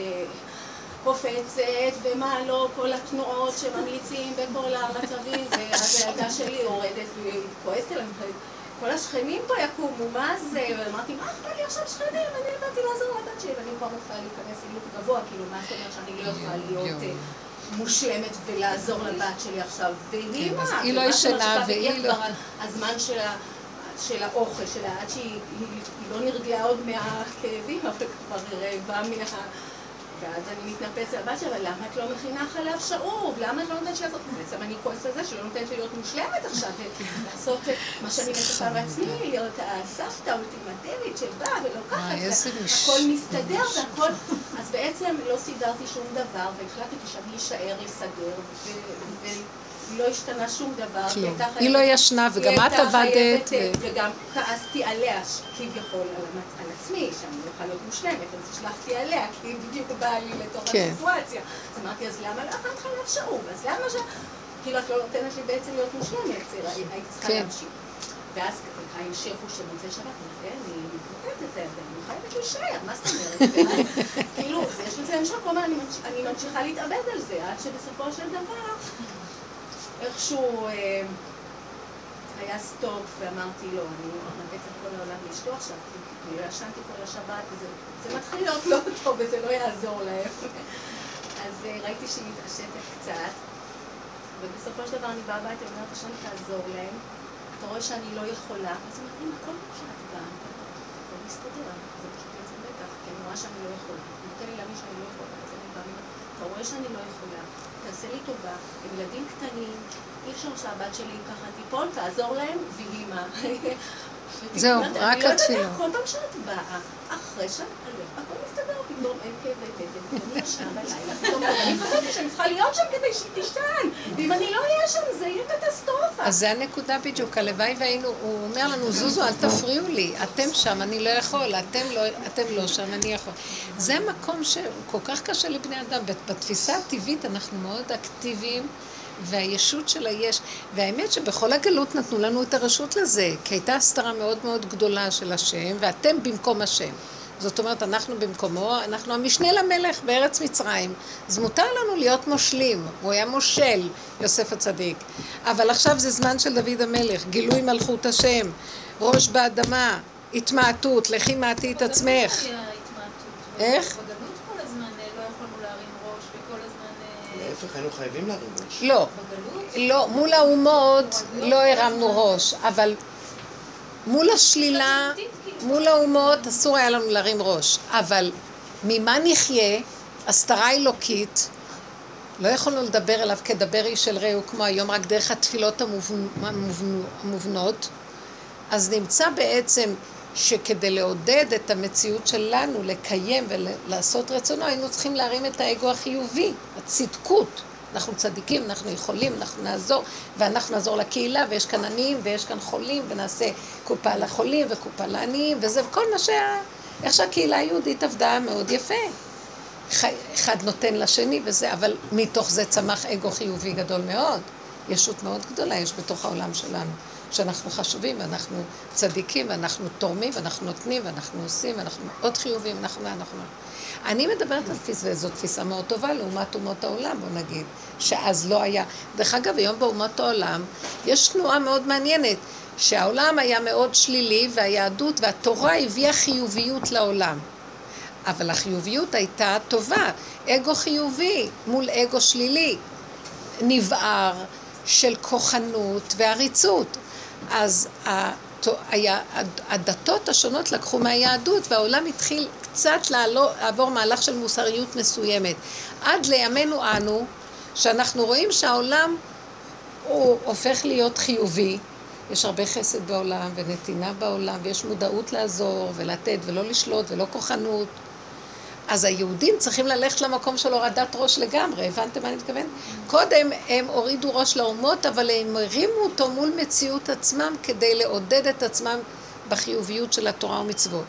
וקופצת, ומה לא, כל התנועות שממליצים בכל המצבים, ואז הילדה שלי יורדת, והיא כועסת עליהם, כל השכנים פה יקומו, מה זה? ואמרתי, מה אכפת לי עכשיו שכנים? אני באתי לעזור לבת שלי, ואני כבר מתחילה להיכנס לילוק גבוה, כאילו, מה זאת אומרת שאני לא יכולה להיות מושלמת ולעזור לבת שלי עכשיו? והיא מה? היא לא ישנה, והיא לא... הזמן של האוכל שלה, עד שהיא לא נרגעה עוד מהכאבים, אבל כבר רעבה ואז אני מתנפצת לבת שלה, אבל למה את לא מכינה חלב שאוב? למה את לא נותנת לעשות? בעצם אני כועסת על זה שלא נותנת להיות מושלמת עכשיו, ולעשות מה שאני מצפה בעצמי, להיות הסבתא האולטימטיבית שבאה ולוקחת, הכל מסתדר והכל... אז בעצם לא סידרתי שום דבר, והחלטתי שאני אשאר לסדר, ולא השתנה שום דבר. היא לא ישנה, וגם את עבדת. וגם כעסתי עליה, כביכול, על עצמי, שאני לא יכולה להיות מושלמת, אז השלחתי עליה, כי היא בדיוק באה לי לתוך הסיטואציה. אז אמרתי, אז למה לא אכלת חלב שאוב? אז למה כאילו את לא נותנת לי בעצם להיות מושלמת, היית צריכה להמשיך. ואז ההמשך הוא שמוצא שבת, אני מתמודדת, אני חייבת להישאר, מה זאת אומרת? כאילו, יש לזה המשך, כלומר, אני ממשיכה להתאבד על זה, עד שבסופו של דבר, איכשהו היה סטופ, ואמרתי לו, אני נתת את כל העולם לאשתו עכשיו, אני לא ישנתי כל השבת, וזה מתחיל להיות לא טוב, וזה לא יעזור להם. אז ראיתי שהיא מתעשתת קצת, ובסופו של דבר אני באה הביתה, ואומרת, השם תעזור להם, אתה רואה שאני לא יכולה, אז אמרתי, כל מה שאת באה, הכל מסתדר, זה פשוט יוצא בטח. כי אני רואה שאני לא יכולה. אני נותן לי להאמין שאני לא יכולה, אז אני באה, אתה רואה שאני לא יכולה, תעשה לי טובה, הם ילדים קטנים, אי אפשר שהבת שלי ככה תיפול, תעזור להם, והיא מה. זהו, רק התפילה. אני לא יודעת, כל פעם שאת באה, אחרי שאת הלב, הכל מסתדר, פתאום אין כאבי בטן, פתאום היא ישנה בלילה, פתאום אני חשבתי שאני צריכה להיות שם כדי שהיא תשתן, ואם אני לא אהיה שם זה יהיה קטסטרופה. אז זה הנקודה בדיוק, הלוואי והיינו, הוא אומר לנו, זוזו, אל תפריעו לי, אתם שם, אני לא יכול, אתם לא שם, אני יכול. זה המקום שהוא כל כך קשה לבני אדם, בתפיסה הטבעית אנחנו מאוד אקטיביים, והישות של היש, והאמת שבכל הגלות נתנו לנו את הרשות לזה, כי הייתה הסתרה מאוד מאוד גדולה של השם, ואתם במקום השם. זאת אומרת, אנחנו במקומו, אנחנו המשנה למלך בארץ מצרים, אז מותר לנו להיות מושלים, הוא היה מושל, יוסף הצדיק. אבל עכשיו זה זמן של דוד המלך, גילוי מלכות השם, ראש באדמה, התמעטות, לכי מעטי את עצמך. איך? בגלות כל הזמן לא יכולנו להרים ראש, וכל הזמן... להפך, היינו חייבים להרים ראש. לא, לא, מול האומות לא הרמנו ראש, אבל מול השלילה, מול האומות אסור היה לנו להרים ראש, אבל ממה נחיה, הסתרה אלוקית, לא יכולנו לדבר אליו כדבר איש של רעהו כמו היום, רק דרך התפילות המובנות, אז נמצא בעצם שכדי לעודד את המציאות שלנו, לקיים ולעשות רצונו, היינו צריכים להרים את האגו החיובי, הצדקות. אנחנו צדיקים, אנחנו יכולים, אנחנו נעזור, ואנחנו נעזור לקהילה, ויש כאן עניים, ויש כאן חולים, ונעשה קופה לחולים וקופה לעניים, וזה כל מה איך שהקהילה היהודית עבדה מאוד יפה. אחד נותן לשני וזה, אבל מתוך זה צמח אגו חיובי גדול מאוד. ישות מאוד גדולה יש בתוך העולם שלנו, שאנחנו חשובים, ואנחנו צדיקים, ואנחנו תורמים, ואנחנו נותנים, ואנחנו עושים, ואנחנו מאוד חיובים, אנחנו. אני מדברת על תפיסה, וזו תפיסה מאוד טובה לעומת אומות העולם, בוא נגיד, שאז לא היה. דרך אגב, היום באומות העולם יש תנועה מאוד מעניינת, שהעולם היה מאוד שלילי, והיהדות והתורה הביאה חיוביות לעולם. אבל החיוביות הייתה טובה, אגו חיובי מול אגו שלילי, נבער של כוחנות ועריצות. אז הדתות השונות לקחו מהיהדות, והעולם התחיל קצת לעבור מהלך של מוסריות מסוימת. עד לימינו אנו, שאנחנו רואים שהעולם הוא הופך להיות חיובי, יש הרבה חסד בעולם ונתינה בעולם, ויש מודעות לעזור ולתת ולא לשלוט ולא כוחנות. אז היהודים צריכים ללכת למקום של הורדת ראש לגמרי, הבנתם מה אני מתכוון? קודם הם הורידו ראש לאומות, אבל הם הרימו אותו מול מציאות עצמם, כדי לעודד את עצמם בחיוביות של התורה ומצוות.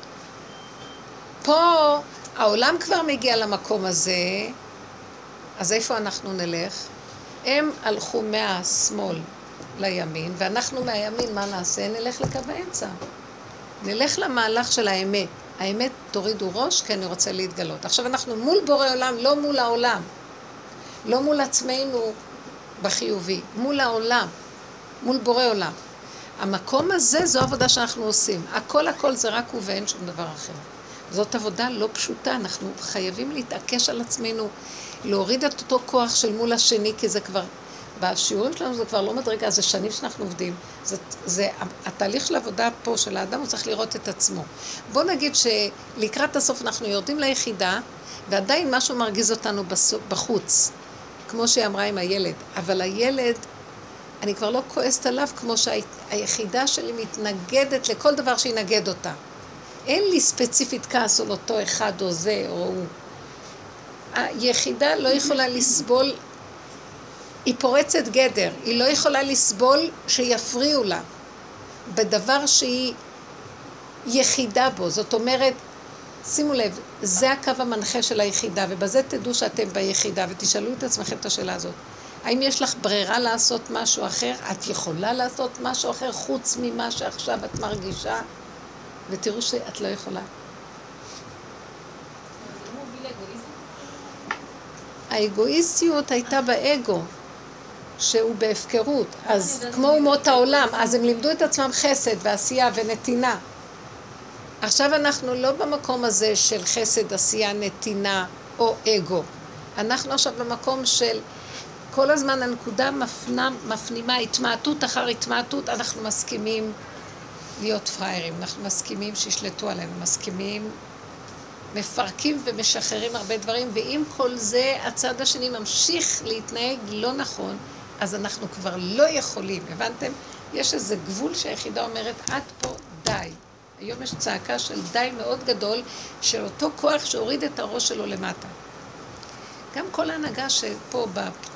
פה העולם כבר מגיע למקום הזה, אז איפה אנחנו נלך? הם הלכו מהשמאל לימין, ואנחנו מהימין מה נעשה? נלך לקו האמצע. נלך למהלך של האמת. האמת תורידו ראש, כי אני רוצה להתגלות. עכשיו אנחנו מול בורא עולם, לא מול העולם. לא מול עצמנו בחיובי, מול העולם, מול בורא עולם. המקום הזה זו עבודה שאנחנו עושים. הכל זה רק הוא ואין שום דבר אחר. זאת עבודה לא פשוטה, אנחנו חייבים להתעקש על עצמנו, להוריד את אותו כוח של מול השני, כי זה כבר, בשיעורים שלנו זה כבר לא מדרגה, זה שנים שאנחנו עובדים. זה התהליך של העבודה פה של האדם, הוא צריך לראות את עצמו. בוא נגיד שלקראת הסוף אנחנו יורדים ליחידה, ועדיין משהו מרגיז אותנו בחוץ, כמו שהיא אמרה עם הילד. אבל הילד, אני כבר לא כועסת עליו, כמו שהיחידה שלי מתנגדת לכל דבר שינגד אותה. אין לי ספציפית כעס על אותו אחד או זה או הוא. היחידה לא יכולה לסבול, היא פורצת גדר, היא לא יכולה לסבול שיפריעו לה בדבר שהיא יחידה בו. זאת אומרת, שימו לב, זה הקו המנחה של היחידה, ובזה תדעו שאתם ביחידה, ותשאלו את עצמכם את השאלה הזאת. האם יש לך ברירה לעשות משהו אחר? את יכולה לעשות משהו אחר חוץ ממה שעכשיו את מרגישה? ותראו שאת לא יכולה. האגואיסטיות הייתה באגו, שהוא בהפקרות. אז כמו אומות העולם, אז הם לימדו את עצמם חסד ועשייה ונתינה. עכשיו אנחנו לא במקום הזה של חסד, עשייה, נתינה או אגו. אנחנו עכשיו במקום של כל הזמן הנקודה מפנימה, התמעטות אחר התמעטות, אנחנו מסכימים להיות פריירים, אנחנו מסכימים שישלטו עלינו, מסכימים מפרקים ומשחררים הרבה דברים, ואם כל זה הצד השני ממשיך להתנהג לא נכון, אז אנחנו כבר לא יכולים, הבנתם? יש איזה גבול שהיחידה אומרת, עד פה די. היום יש צעקה של די מאוד גדול, של אותו כוח שהוריד את הראש שלו למטה. גם כל ההנהגה שפה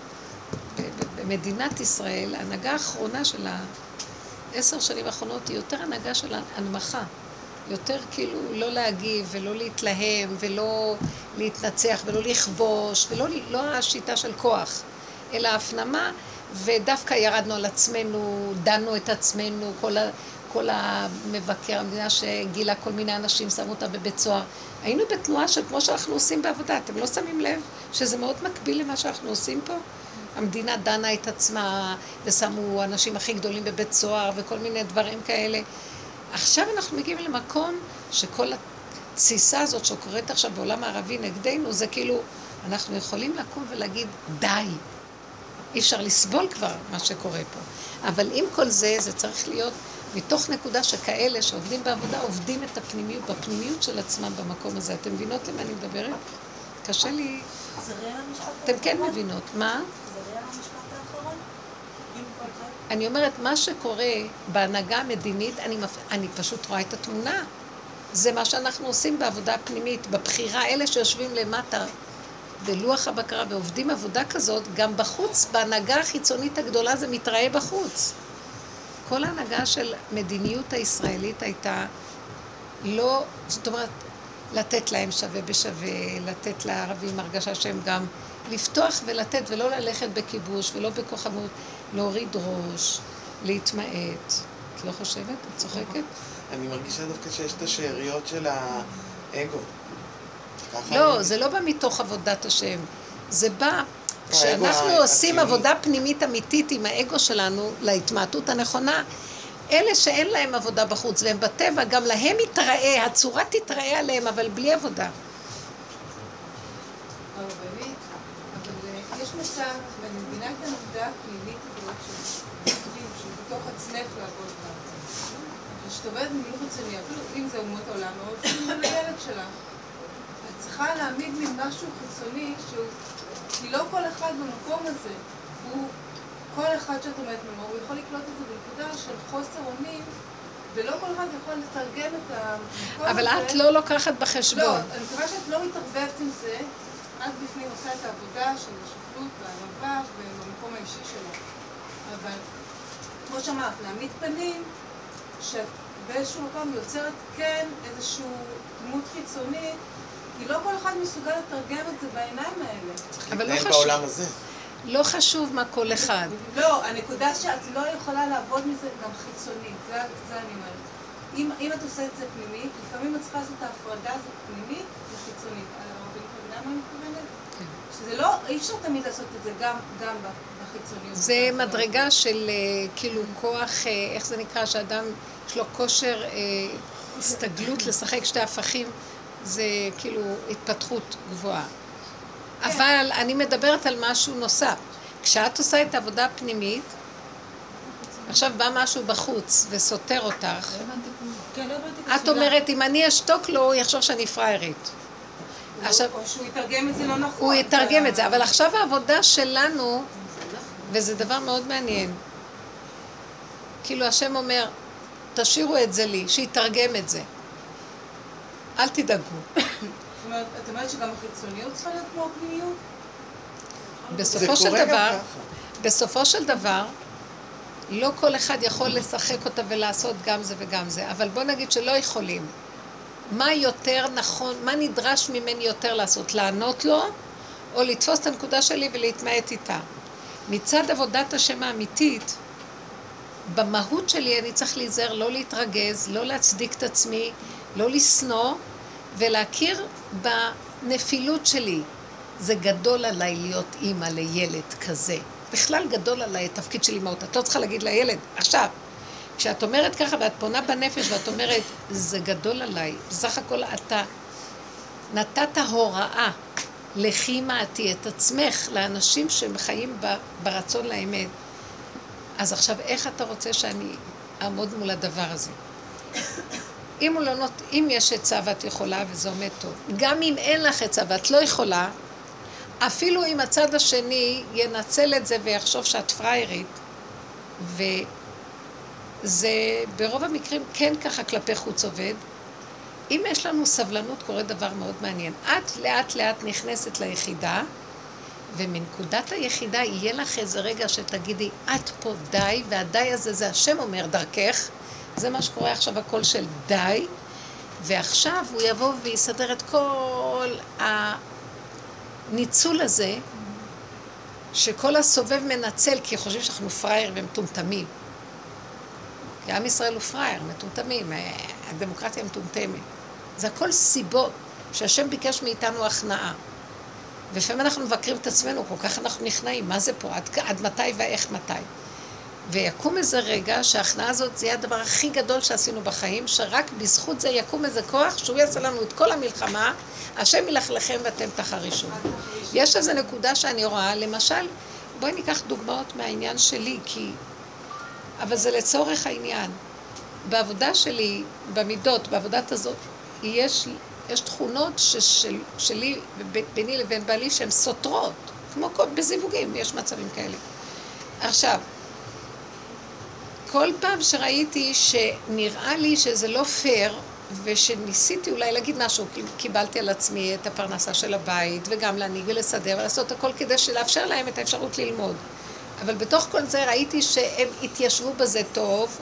במדינת ישראל, ההנהגה האחרונה של 10 שנים האחרונות, היא יותר הנהגה של הנמכה. יותר כאילו לא להגיב ולא להתלהם ולא להתנצח ולא לכבוש ולא השיטה של כוח, אלא הפנמה, ודווקא ירדנו על עצמנו, דנו את עצמנו, כל המבקר המדינה שגילה כל מיני אנשים, שמו אותה בבית סוהר. היינו בתנועה של כמו שאנחנו עושים בעבודה, אתם לא שמים לב שזה מאוד מקביל למה שאנחנו עושים פה? המדינה דנה את עצמה ושמו אנשים הכי גדולים בבית סוהר וכל מיני דברים כאלה. עכשיו אנחנו מגיעים למקום שכל התסיסה הזאת שקורית עכשיו בעולם הערבי נגדנו, זה כאילו, אנחנו יכולים לקום ולהגיד, די, אי אפשר לסבול כבר מה שקורה פה. אבל עם כל זה, זה צריך להיות מתוך נקודה שכאלה שעובדים בעבודה, עובדים את הפנימיות, בפנימיות של עצמם במקום הזה. אתם מבינות למה אני מדברת? קשה לי... אתם כן מבינות. מה? אני אומרת, מה שקורה בהנהגה המדינית, אני פשוט רואה את התמונה. זה מה שאנחנו עושים בעבודה הפנימית, בבחירה, אלה שיושבים למטה בלוח הבקרה ועובדים עבודה כזאת, גם בחוץ, בהנהגה החיצונית הגדולה זה מתראה בחוץ. כל ההנהגה של מדיניות הישראלית הייתה לא, זאת אומרת, לתת להם שווה בשווה, לתת לערבים הרגשה שהם גם לפתוח ולתת ולא ללכת בכיבוש ולא בכוחנות, להוריד ראש, להתמעט. את לא חושבת? את צוחקת? אני מרגישה דווקא שיש את השאריות של האגו. לא, זה לא בא מתוך עבודת השם. זה בא, כשאנחנו עושים עבודה פנימית אמיתית עם האגו שלנו להתמעטות הנכונה, אלה שאין להם עבודה בחוץ והם בטבע, גם להם יתראה, הצורה תתראה עליהם, אבל בלי עבודה. אבל יש מצב, ואני מבינה את העבודה הפנימית הזאת שבתוך עצמך לעבוד בה. כשאת עובדת במילוך חיצוני, אפילו אם זה אומות העולם, או אפילו עם הילד שלך, את צריכה להעמיד ממשהו חיצוני שהוא, כי לא כל אחד במקום הזה, הוא, כל אחד שאת עומדת ממנו, הוא יכול לקלוט את זה בנקודה של חוסר אונים, ולא כל אחד יכול לתרגם את המקום הזה. אבל את לא לוקחת בחשבון. לא, אני מקווה שאת לא מתערבבת עם זה, את בפנים עושה את העבודה של השפלות והענווה ובמקום האישי שלה. אבל כמו שאמרת, להעמיד פנים שאת באיזשהו מקום יוצרת כן איזושהי דמות חיצונית, כי לא כל אחד מסוגל לתרגם את זה בעיניים האלה. אבל לא חשוב. בעולם הזה. לא חשוב מה כל אחד. לא, הנקודה שאת לא יכולה לעבוד מזה גם חיצונית, זה אני אומרת. אם את עושה את זה פנימית, לפעמים את צריכה לעשות את ההפרדה הזאת פנימית וחיצונית. מה אני מתכוונת? שזה לא, אי אפשר תמיד לעשות את זה גם בחיצוניות. זה מדרגה של כאילו כוח, איך זה נקרא, שאדם יש לו כושר הסתגלות לשחק שתי הפכים, זה כאילו התפתחות גבוהה. אבל אני מדברת על משהו נוסף. כשאת עושה את העבודה הפנימית, עכשיו בא משהו בחוץ וסותר אותך, את אומרת, אם אני אשתוק לו, הוא יחשוב שאני פריירית. עכשיו, או שהוא יתרגם את זה לא נכון. הוא יתרגם את זה, אבל עכשיו העבודה שלנו, וזה דבר מאוד מעניין, כאילו השם אומר, תשאירו את זה לי, שיתרגם את זה. אל תדאגו. זאת אומרת, את אומרת שגם החיצוניות צריכה להיות כמו הפנימיות? בסופו של דבר, לא כל אחד יכול לשחק אותה ולעשות גם זה וגם זה, אבל בוא נגיד שלא יכולים. מה יותר נכון, מה נדרש ממני יותר לעשות? לענות לו, או לתפוס את הנקודה שלי ולהתמעט איתה? מצד עבודת השם האמיתית, במהות שלי אני צריך להיזהר, לא להתרגז, לא להצדיק את עצמי, לא לסנוע, ולהכיר בנפילות שלי. זה גדול עליי להיות אימא לילד כזה. בכלל גדול עליי התפקיד שלי מהות. את לא צריכה להגיד לילד, עכשיו, כשאת אומרת ככה ואת פונה בנפש ואת אומרת, זה גדול עליי, בסך הכל אתה נתת הוראה לכימעתי את עצמך לאנשים שהם חיים ברצון לאמת. אז עכשיו, איך אתה רוצה שאני אעמוד מול הדבר הזה? אם יש עצה ואת יכולה וזה עומד טוב, גם אם אין לך עצה ואת לא יכולה, אפילו אם הצד השני ינצל את זה ויחשוב שאת פריירית, וזה ברוב המקרים כן ככה כלפי חוץ עובד, אם יש לנו סבלנות קורה דבר מאוד מעניין. את לאט לאט נכנסת ליחידה, ומנקודת היחידה יהיה לך איזה רגע שתגידי, את פה די, והדי הזה זה השם אומר דרכך, זה מה שקורה עכשיו הקול של די, ועכשיו הוא יבוא ויסדר את כל הניצול הזה, שכל הסובב מנצל, כי חושבים שאנחנו פרייר ומטומטמים. כי עם ישראל הוא פרייר, מטומטמים, הדמוקרטיה מטומטמת. זה הכל סיבות שהשם ביקש מאיתנו הכנעה. ולפעמים אנחנו מבקרים את עצמנו, כל כך אנחנו נכנעים, מה זה פה, עד מתי ואיך מתי. ויקום איזה רגע שההכנעה הזאת זה יהיה הדבר הכי גדול שעשינו בחיים, שרק בזכות זה יקום איזה כוח שהוא יעשה לנו את כל המלחמה, השם ילך לכם ואתם תחרישו. יש איזו נקודה שאני רואה, למשל, בואי ניקח דוגמאות מהעניין שלי, אבל זה לצורך העניין. בעבודה שלי, במידות, בעבודת הזאת, יש תכונות שלי ביני לבין בעלי שהן סותרות, כמו בזיווגים, יש מצבים כאלה. עכשיו, כל פעם שראיתי שנראה לי שזה לא פייר, ושניסיתי אולי להגיד משהו, קיבלתי על עצמי את הפרנסה של הבית, וגם להנהיג ולסדר, ולעשות הכל כדי לאפשר להם את האפשרות ללמוד. אבל בתוך כל זה ראיתי שהם התיישבו בזה טוב,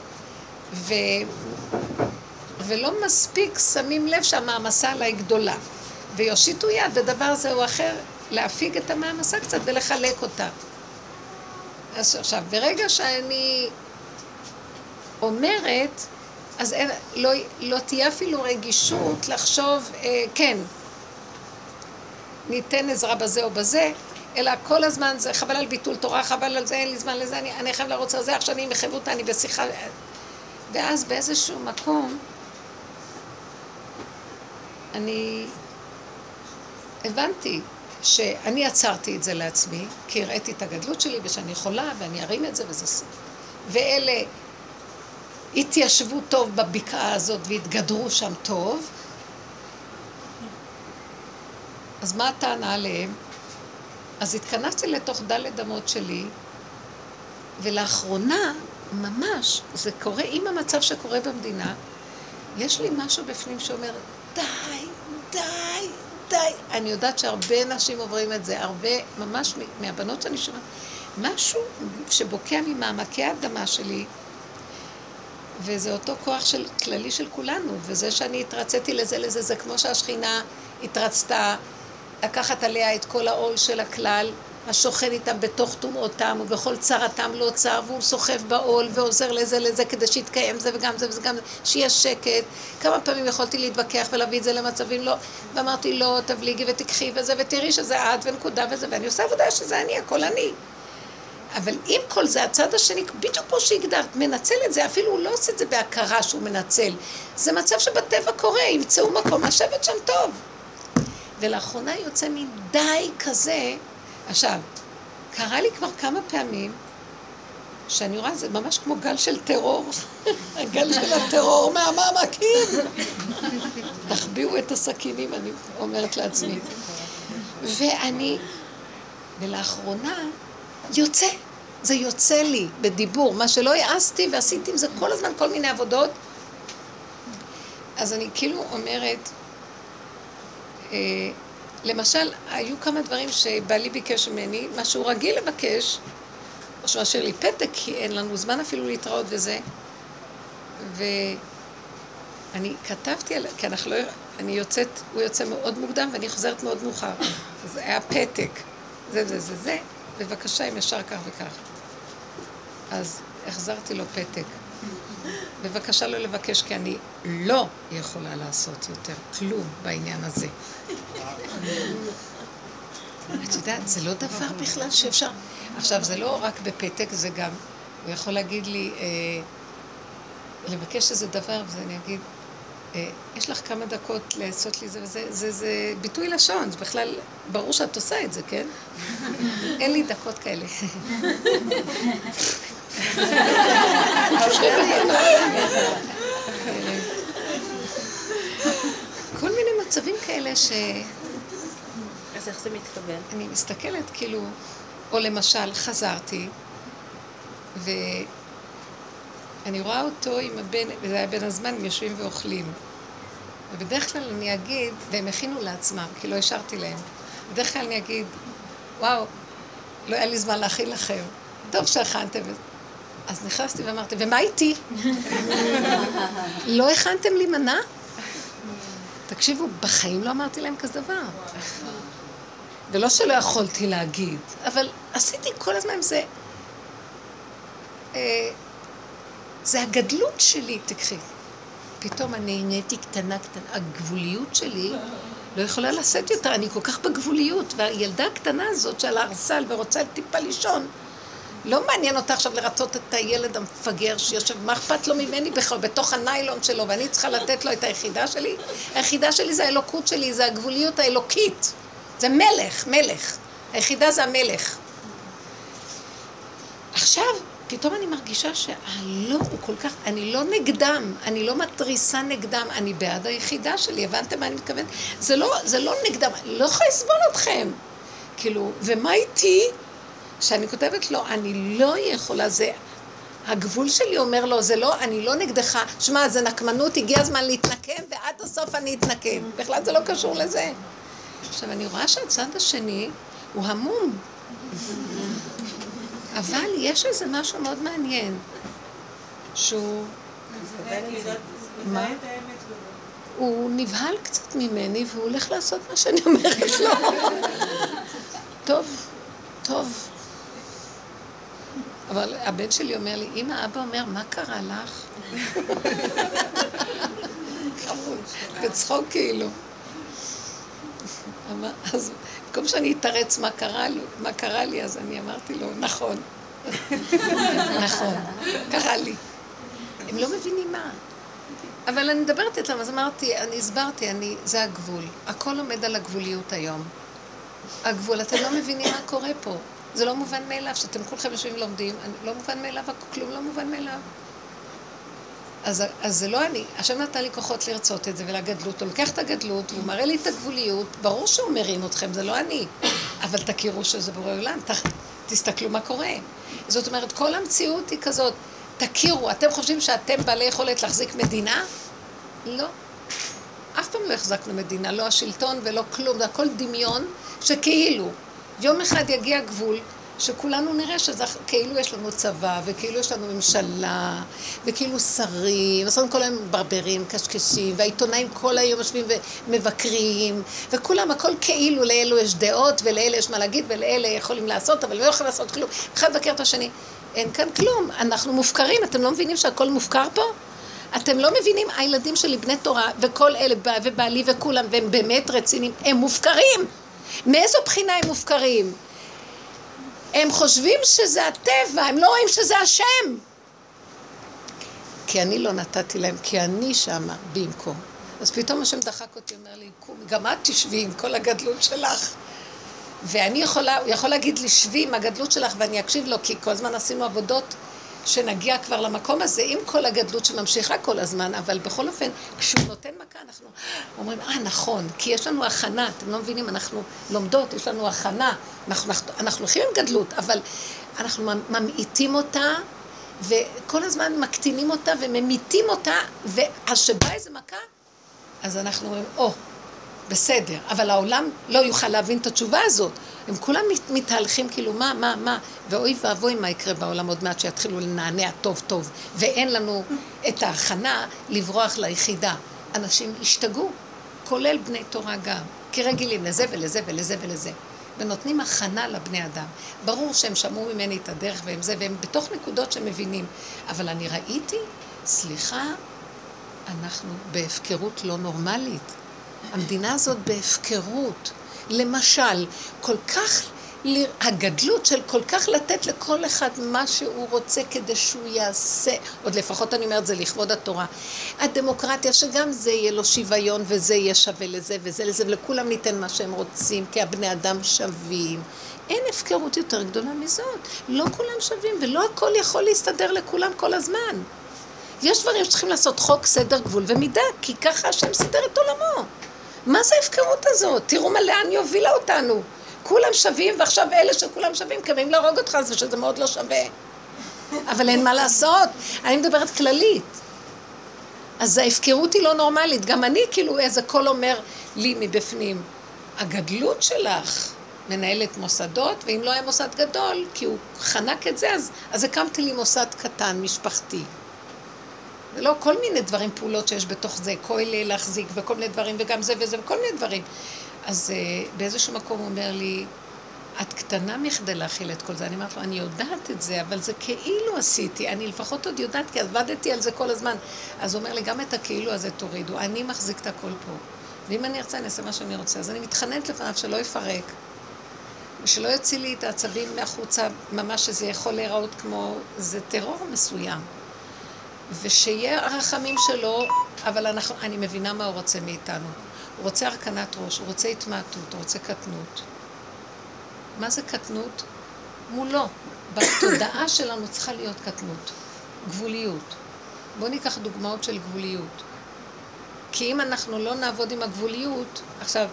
ולא מספיק שמים לב שהמעמסה עליי גדולה. ויושיטו יד בדבר זה או אחר, להפיג את המעמסה קצת ולחלק אותה. אז עכשיו, ברגע שאני אומרת, אז לא תהיה אפילו רגישות לחשוב, כן, ניתן עזרה בזה או בזה, אלא כל הזמן זה חבל על ביטול תורה, חבל על זה, אין לי זמן לזה, אני חייב לרוץ על זה, עכשיו אני מחייב אותה, אני בשיחה. ואז באיזשהו מקום, אני הבנתי שאני עצרתי את זה לעצמי, כי הראיתי את הגדלות שלי ושאני יכולה ואני ארים את זה וזה סוף. ואלה התיישבו טוב בבקעה הזאת והתגדרו שם טוב, אז מה הטענה עליהם? אז התכנסתי לתוך דלת אמות שלי, ולאחרונה, ממש, זה קורה עם המצב שקורה במדינה, יש לי משהו בפנים שאומר, די, די, די. אני יודעת שהרבה נשים עוברים את זה, הרבה, ממש מהבנות שאני שומעת, משהו שבוקע ממעמקי האדמה שלי, וזה אותו כוח כללי של כולנו, וזה שאני התרציתי לזה, זה כמו שהשכינה התרצתה, לקחת עליה את כל העול של הכלל, השוכן איתם בתוך תומעותם, ובכל צרתם לא צר, והוא סוחב בעול, ועוזר לזה כדי שיתקיים זה וגם זה וגם זה, שיהיה שקט. כמה פעמים יכולתי להתווכח ולהביא את זה למצבים לא, ואמרתי לא, תבליגי ותקחי וזה, ותראי שזה את ונקודה וזה, ואני עושה עבודה שזה אני, הכל אני. אבל אם כל זה, הצד השני, בדיוק כמו שהגדרת, מנצל את זה, אפילו הוא לא עושה את זה בהכרה שהוא מנצל. זה מצב שבטבע קורה, ימצאו מקום לשבת שם טוב. ולאחרונה יוצא מדי כזה, עכשיו, קרה לי כבר כמה פעמים, שאני רואה, זה ממש כמו גל של טרור, הגל של הטרור מהמעמקים. תחביאו את הסכינים, אני אומרת לעצמי. ולאחרונה, זה יוצא לי בדיבור, מה שלא העשתי ועשיתי עם זה כל הזמן, כל מיני עבודות. אז אני כאילו אומרת, למשל, היו כמה דברים שבעלי ביקש ממני, מה שהוא רגיל לבקש, או שהוא אשר לי פתק, כי אין לנו זמן אפילו להתראות וזה. ואני כתבתי, כי אני יוצאת, הוא יוצא מאוד מוקדם ואני חוזרת מאוד מאוחר. אז היה פתק, זה, בבקשה, אם ישר כך וכך. אז החזרתי לו פתק. בבקשה לא לבקש, כי אני לא יכולה לעשות יותר כלום בעניין הזה. את יודעת, זה לא דבר בכלל שאפשר. עכשיו, זה לא רק בפתק, זה גם, הוא יכול להגיד לי, לבקש איזה דבר, ואני אגיד, יש לך כמה דקות לעשות לי זה וזה, זה ביטוי לשון, זה בכלל, ברור שאת עושה את זה, כן? אין לי דקות כאלה. מצבים כאלה ש... אז איך זה מתקבל? אני מסתכלת כאילו, או למשל חזרתי, ואני רואה אותו עם הבן, וזה היה בין הזמן, הם יושבים ואוכלים. ובדרך כלל אני אגיד, והם הכינו לעצמם, כי לא השארתי להם. בדרך כלל אני אגיד, וואו, לא היה לי זמן להכין לכם. טוב שהכנתם. אז נכנסתי ואמרתי, ומה איתי? לא הכנתם לי מנה? תקשיבו, בחיים לא אמרתי להם כזה דבר. ולא שלא יכולתי להגיד, אבל עשיתי כל הזמן עם זה. זה הגדלות שלי, תקחי. פתאום אני נהייתי קטנה. הגבוליות שלי לא יכולה לשאת יותר, אני כל כך בגבוליות, והילדה הקטנה הזאת שעל הארסל ורוצה טיפה לישון, לא מעניין אותה עכשיו לרצות את הילד המפגר שיושב, מה אכפת לו ממני בכלל, בתוך הניילון שלו, ואני צריכה לתת לו את היחידה שלי. היחידה שלי זה האלוקות שלי, זה הגבוליות האלוקית. זה מלך. היחידה זה המלך. עכשיו, פתאום אני מרגישה שהלא הוא כל כך, אני לא נגדם, אני לא מטריסה נגדם, אני בעד היחידה שלי, הבנתם מה אני מתכוונת? זה לא נגדם, אני לא יכולה לסבול אתכם. כאילו, ומה איתי? שאני כותבת לו, אני לא יכולה, זה, הגבול שלי אומר לו, זה לא, אני לא נגדך, שמה, זה נקמנות, הגיע הזמן להתנקם, ועד הסוף אני אתנקם. בכלל זה לא קשור לזה. עכשיו, אני רואה שהצד השני הוא המום. אבל יש איזה משהו מאוד מעניין, שהוא... מה? הוא נבהל קצת ממני, והוא הולך לעשות מה שאני אומרת לו. טוב. אבל הבן שלי אומר לי, אמא, אבא אומר, מה קרה לך? בצחוק כאילו. אז במקום שאני אתרץ מה קרה לי, אז אני אמרתי לו, נכון, קרה לי. הם לא מבינים מה. אבל אני מדברת איתם, אז אמרתי, אני הסברתי, זה הגבול. הכל עומד על הגבוליות היום. הגבול, אתם לא מבינים מה קורה פה. זה לא מובן מאליו, שאתם כולכם יושבים ולומדים, לא מובן מאליו, כלום לא מובן מאליו. אז זה לא אני. השם נתן לי כוחות לרצות את זה ולגדלות. הוא לוקח את הגדלות, הוא מראה לי את הגבוליות. ברור שהוא מרים אתכם, זה לא אני. אבל תכירו שזה בורא עולם, תסתכלו מה קורה. זאת אומרת, כל המציאות היא כזאת. תכירו, אתם חושבים שאתם בעלי יכולת להחזיק מדינה? לא. אף פעם לא החזקנו מדינה, לא השלטון ולא כלום. זה הכל דמיון שכאילו. יום אחד יגיע גבול שכולנו נראה שכאילו יש לנו צבא, וכאילו יש לנו ממשלה, וכאילו שרים, ושרים כל היום ברברים, קשקשים, והעיתונאים כל היום יושבים ומבקרים, וכולם, הכל כאילו, לאלו יש דעות, ולאלה יש מה להגיד, ולאלה יכולים לעשות, אבל לא יכולים לעשות כלום. אחד מבקר את השני. אין כאן כלום, אנחנו מופקרים, אתם לא מבינים שהכל מופקר פה? אתם לא מבינים, הילדים שלי בני תורה, וכל אלה, ובעלי וכולם, והם באמת רציניים, הם מופקרים. מאיזו בחינה הם מופקרים? הם חושבים שזה הטבע, הם לא רואים שזה השם. כי אני לא נתתי להם, כי אני שמה במקום. אז פתאום השם דחק אותי, אומר לי, גם את תשבי עם כל הגדלות שלך. ואני הוא יכול להגיד לי, שבי עם הגדלות שלך, ואני אקשיב לו, כי כל הזמן עשינו עבודות שנגיע כבר למקום הזה, עם כל הגדלות שממשיכה כל הזמן, אבל בכל אופן, כשהוא נותן מכה, אנחנו אומרים, נכון, כי יש לנו הכנה, אתם לא מבינים, אנחנו לומדות, יש לנו הכנה, אנחנו הולכים עם גדלות, אבל אנחנו ממעיטים אותה, וכל הזמן מקטינים אותה וממיתים אותה, ואז שבא איזה מכה, אז אנחנו אומרים, בסדר, אבל העולם לא יוכל להבין את התשובה הזאת. הם כולם מתהלכים כאילו, מה, ואוי ואבוי מה יקרה בעולם עוד מעט שיתחילו לנענע טוב, ואין לנו את ההכנה לברוח ליחידה. אנשים השתגעו, כולל בני תורה גם, כי רגילים לזה ולזה ולזה ולזה. ונותנים הכנה לבני אדם. ברור שהם שמעו ממני את הדרך והם זה, והם בתוך נקודות שמבינים. אבל אני ראיתי, סליחה, אנחנו בהפקרות לא נורמלית. המדינה הזאת בהפקרות, למשל, כל כך, הגדלות של כל כך לתת לכל אחד מה שהוא רוצה כדי שהוא יעשה, עוד לפחות אני אומרת זה לכבוד התורה, הדמוקרטיה שגם זה יהיה לו שוויון וזה יהיה שווה לזה וזה לזה, ולכולם ניתן מה שהם רוצים, כי הבני אדם שווים. אין הפקרות יותר גדולה מזאת, לא כולם שווים ולא הכל יכול להסתדר לכולם כל הזמן. יש דברים שצריכים לעשות חוק, סדר, גבול ומידה, כי ככה השם סידר את עולמו. מה זה ההפקרות הזאת? תראו מה לאן היא הובילה אותנו. כולם שווים, ועכשיו אלה שכולם שווים קמים להרוג אותך, זה שזה מאוד לא שווה. אבל אין מה לעשות. אני מדברת כללית. אז ההפקרות היא לא נורמלית. גם אני כאילו איזה קול אומר לי מבפנים, הגדלות שלך מנהלת מוסדות, ואם לא היה מוסד גדול, כי הוא חנק את זה, אז הקמתי לי מוסד קטן, משפחתי. ולא כל מיני דברים, פעולות שיש בתוך זה, כולל להחזיק וכל מיני דברים, וגם זה וזה וכל מיני דברים. אז באיזשהו מקום הוא אומר לי, את קטנה מכדי להכיל את כל זה. אני אומרת לו, אני יודעת את זה, אבל זה כאילו עשיתי. אני לפחות עוד יודעת, כי עבדתי על זה כל הזמן. אז הוא אומר לי, גם את הכאילו הזה תורידו. אני מחזיק את הכל פה. ואם אני ארצה, אני אעשה מה שאני רוצה. אז אני מתחננת לפניו שלא יפרק. ושלא יוציא לי את העצבים מהחוצה, ממש שזה יכול להיראות כמו, זה טרור מסוים. ושיהיה הרחמים שלו, אבל אני מבינה מה הוא רוצה מאיתנו. הוא רוצה הרכנת ראש, הוא רוצה התמעטות, הוא רוצה קטנות. מה זה קטנות? מולו. בתודעה שלנו צריכה להיות קטנות. גבוליות. בואו ניקח דוגמאות של גבוליות. כי אם אנחנו לא נעבוד עם הגבוליות, עכשיו,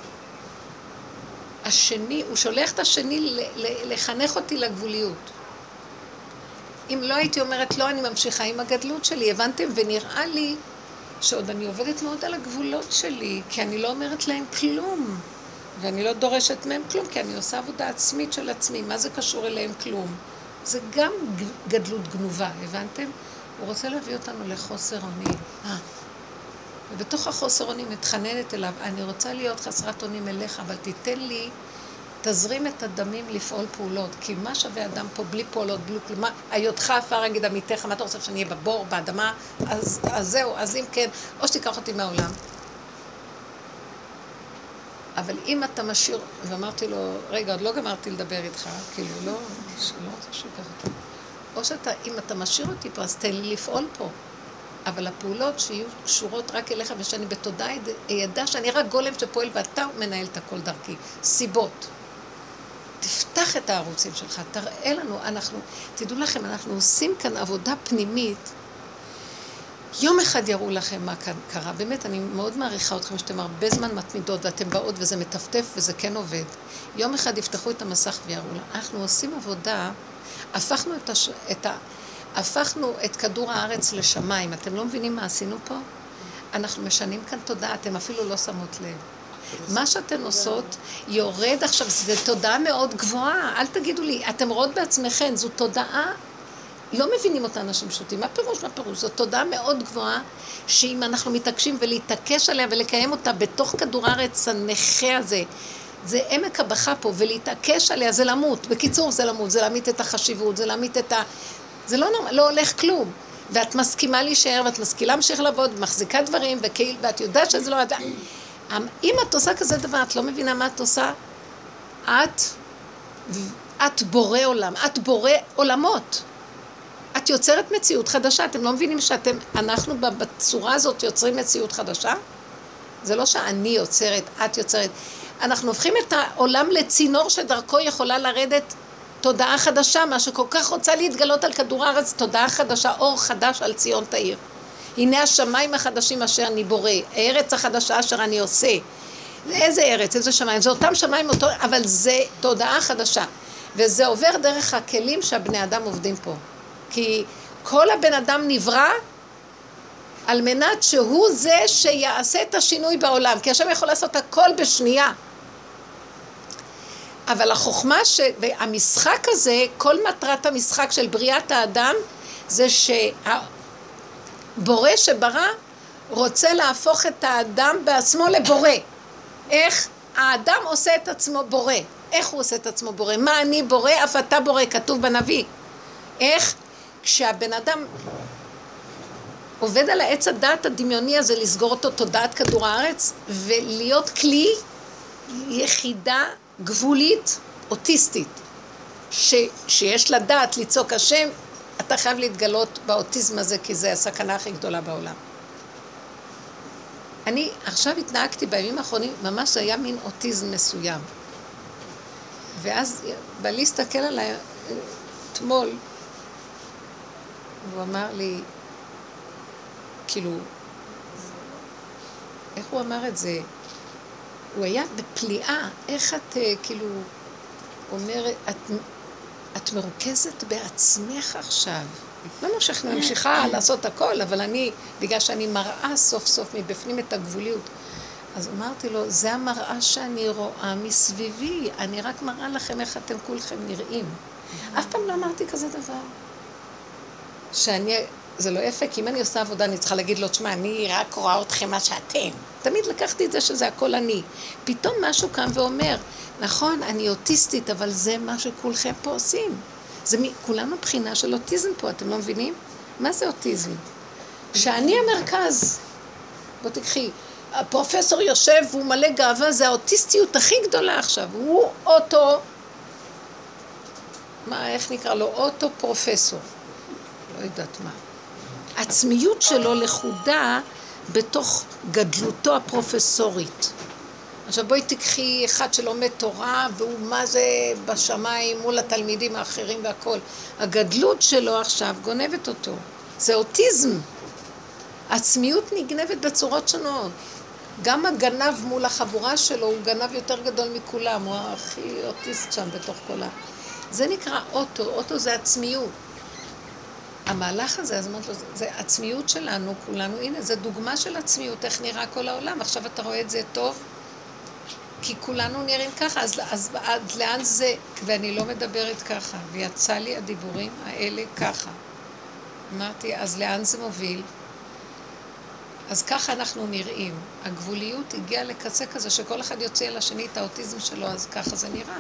השני, הוא שולח את השני לחנך אותי לגבוליות. אם לא הייתי אומרת, לא, אני ממשיכה עם הגדלות שלי, הבנתם? ונראה לי שעוד אני עובדת מאוד על הגבולות שלי, כי אני לא אומרת להם כלום. ואני לא דורשת מהם כלום, כי אני עושה עבודה עצמית של עצמי. מה זה קשור אליהם כלום? זה גם גדלות גנובה, הבנתם? הוא רוצה להביא אותנו לחוסר אונים. ובתוך החוסר אונים מתחננת אליו, אני רוצה להיות חסרת אונים אליך, אבל תיתן לי, תזרים את הדמים לפעול פעולות, כי מה שווה אדם פה בלי פעולות, בלי כלום? היותך עפר אגיד עמיתך, מה אתה רוצה שאני אהיה בבור, באדמה? אז זהו, אז אם כן, או שתיקח אותי מהעולם. אבל אם אתה משאיר, ואמרתי לו, רגע, עוד לא גמרתי לדבר איתך, כאילו, לא רוצה שיקח אותי. או שאתה, אם אתה משאיר אותי פה, אז תן לי לפעול פה. אבל הפעולות שיהיו קשורות רק אליך, ושאני בתודעה ידע שאני רק גולם שפועל, ואתה מנהל את הכל דרכי. סיבות. תפתח את הערוצים שלך, תראה לנו, תדעו לכם, אנחנו עושים כאן עבודה פנימית, יום אחד יראו לכם מה כאן קרה. באמת, אני מאוד מעריכה אתכם שאתם הרבה זמן מתמידות ואתם באות וזה מטפטף וזה כן עובד. יום אחד יפתחו את המסך ויראו לה. אנחנו עושים עבודה, הפכנו את כדור הארץ לשמיים. אתם לא מבינים מה עשינו פה? אנחנו משנים כאן תודעה, אתם אפילו לא שמות לב. מה שאתן עושות יורד עכשיו, זו תודעה מאוד גבוהה. אל תגידו לי, אתם רואות בעצמכם, זו תודעה, לא מבינים אותה אנשים פשוטים. מה פירוש? זו תודעה מאוד גבוהה, שאם אנחנו מתעקשים ולהתעקש עליה ולקיים אותה בתוך כדור הארץ הנכה הזה, זה עמק הבכה פה, ולהתעקש עליה זה למות. בקיצור, זה למות, זה להמית את החשיבות, זה להמית את זה לא הולך כלום. ואת מסכימה להישאר, ואת משכילה להמשיך לעבוד, ומחזיקה דברים, ואת יודעת שזה לא... אם את עושה כזה דבר, את לא מבינה מה את עושה? את בורא עולם, את בורא עולמות. את יוצרת מציאות חדשה, אתם לא מבינים אנחנו בצורה הזאת יוצרים מציאות חדשה? זה לא שאני יוצרת, את יוצרת. אנחנו הופכים את העולם לצינור שדרכו יכולה לרדת תודעה חדשה, מה שכל כך רוצה להתגלות על כדור הארץ, תודעה חדשה, אור חדש על ציון תאיר. הנה השמיים החדשים אשר אני בורא, הארץ החדשה אשר אני עושה. איזה ארץ, איזה שמיים? זה אותם שמיים, אבל זה תודעה חדשה. וזה עובר דרך הכלים שהבני אדם עובדים פה. כי כל הבן אדם נברא על מנת שהוא זה שיעשה את השינוי בעולם. כי השם יכול לעשות הכל בשנייה. אבל החוכמה והמשחק הזה, כל מטרת המשחק של בריאת האדם, זה שהבורא שברא רוצה להפוך את האדם בעצמו לבורא. איך האדם עושה את עצמו בורא? איך הוא עושה את עצמו בורא? מה אני בורא? אף אתה בורא, כתוב בנביא. איך? כשהבן אדם עובד על העץ הדעת הדמיוני הזה, לסגור אותו תודעת כדור הארץ, ולהיות כלי יחידה גבולית, אוטיסטית, שיש לה דעת לצעוק השם, אתה חייב להתגלות באוטיזם הזה, כי זה הסכנה הכי גדולה בעולם. אני עכשיו התנהגתי בימים האחרונים, ממש זה היה מין אוטיזם מסוים. ואז בא להסתכל עליי אתמול, הוא אמר לי, כאילו, איך הוא אמר את זה? הוא היה בפליאה, איך את כאילו אומרת, את מרוכזת בעצמך עכשיו. לא ממשיכה לעשות הכל, אבל אני, בגלל שאני מראה סוף סוף מבפנים את הגבוליות, אז אמרתי לו, זה המראה שאני רואה מסביבי, אני רק מראה לכם איך אתם כולכם נראים. אף פעם לא אמרתי כזה דבר. זה לא יפה, כי אם אני עושה עבודה, אני צריכה להגיד לו, תשמע, אני רק רואה אתכם מה שאתם. תמיד לקחתי את זה שזה הכל אני. פתאום משהו קם ואומר, נכון, אני אוטיסטית, אבל זה מה שכולכם פה עושים. כולנו בחינה של אוטיזם פה, אתם לא מבינים? מה זה אוטיזם? שאני המרכז. בוא תקחי, הפרופסור יושב והוא מלא גאווה, זה האוטיסטיות הכי גדולה עכשיו. הוא אוטו, איך נקרא לו? אוטו פרופסור. לא יודעת מה. העצמיות שלו לחודה בתוך גדלותו הפרופסורית. עכשיו בואי תקחי אחד שלומד תורה והוא מה זה בשמיים מול התלמידים האחרים והכל. הגדלות שלו עכשיו גונבת אותו. זה אוטיזם. העצמיות נגנבת בצורות שונות. גם הגנב מול החבורה שלו הוא גנב יותר גדול מכולם. הוא הכי אוטיסט שם בתוך כולה. זה נקרא אוטו. אוטו זה עצמיות. המהלך הזה, אז אמרת לו, זה עצמיות שלנו, כולנו, הנה, זה דוגמה של עצמיות, איך נראה כל העולם. עכשיו אתה רואה את זה טוב? כי כולנו נראים ככה, אז לאן זה? ואני לא מדברת ככה, ויצא לי הדיבורים האלה ככה. אמרתי, אז לאן זה מוביל? אז ככה אנחנו נראים. הגבוליות הגיעה לקצה כזה, שכל אחד יוצא על השני את האוטיזם שלו, אז ככה זה נראה.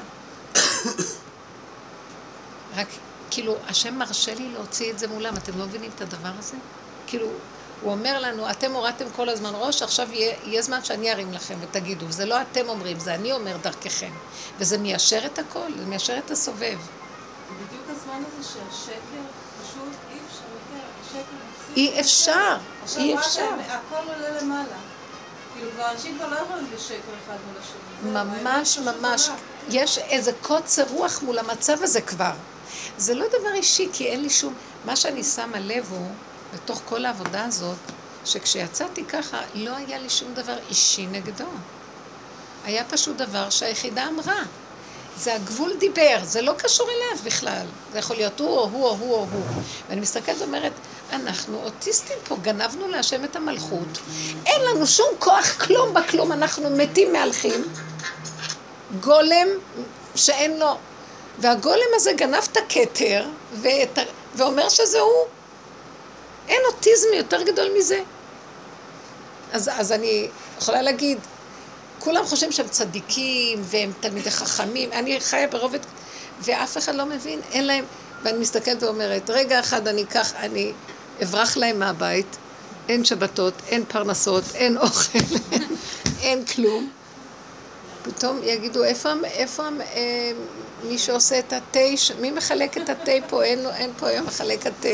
רק כאילו, השם מרשה לי להוציא את זה מולם, אתם לא מבינים את הדבר הזה? כאילו, הוא אומר לנו, אתם הורדתם כל הזמן ראש, עכשיו יהיה זמן שאני ארים לכם ותגידו, וזה לא אתם אומרים, זה אני אומר דרככם. וזה מיישר את הכל, זה מיישר את הסובב. זה בדיוק הזמן הזה שהשקר, פשוט אי אפשר יותר, השקר מפסיק. אי אפשר, אי אפשר. הכל עולה למעלה. כאילו, כבר אנשים כבר לא יכולים בשקר אחד מול השני. ממש, ממש. יש איזה קוצר רוח מול המצב הזה כבר. זה לא דבר אישי, כי אין לי שום... מה שאני שמה לב הוא, בתוך כל העבודה הזאת, שכשיצאתי ככה, לא היה לי שום דבר אישי נגדו. היה פשוט דבר שהיחידה אמרה. זה הגבול דיבר, זה לא קשור אליו בכלל. זה יכול להיות הוא או הוא או הוא או הוא. ואני מסתכלת ואומרת, אנחנו אוטיסטים פה, גנבנו להשם את המלכות. אין לנו שום כוח, כלום בכלום, אנחנו מתים מהלכים. גולם שאין לו... והגולם הזה גנב את הכתר ואומר שזה הוא. אין אוטיזם יותר גדול מזה. אז אני יכולה להגיד, כולם חושבים שהם צדיקים והם תלמידי חכמים. אני חיה ברובד, ואף אחד לא מבין, אין להם. ואני מסתכלת ואומרת, רגע אחד אני אברח להם מהבית, אין שבתות, אין פרנסות, אין אוכל, אין כלום. פתאום יגידו, איפה מי שעושה את התה, מי מחלק את התה פה? אין פה היום מחלק התה.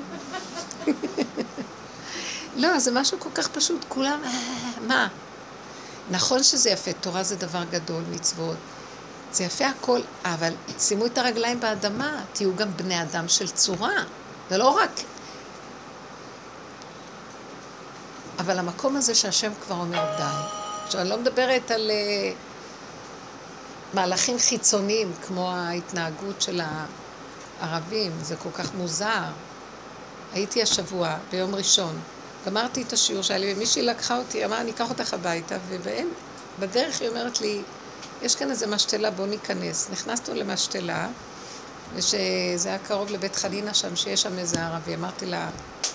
לא, זה משהו כל כך פשוט, כולם, מה? נכון שזה יפה, תורה זה דבר גדול, מצוות. זה יפה הכל, אבל שימו את הרגליים באדמה, תהיו גם בני אדם של צורה. זה לא רק... אבל המקום הזה שהשם כבר אומר די. עכשיו, אני לא מדברת על מהלכים חיצוניים, כמו ההתנהגות של הערבים, זה כל כך מוזר. הייתי השבוע, ביום ראשון, גמרתי את השיעור שהיה לי, ומישהי לקחה אותי, אמרה, אני אקח אותך הביתה, ובדרך היא אומרת לי, יש כאן איזה משתלה, בוא ניכנס. נכנסנו למשתלה, ושזה היה קרוב לבית חנינה שם, שיש שם איזה ערבי. אמרתי לה,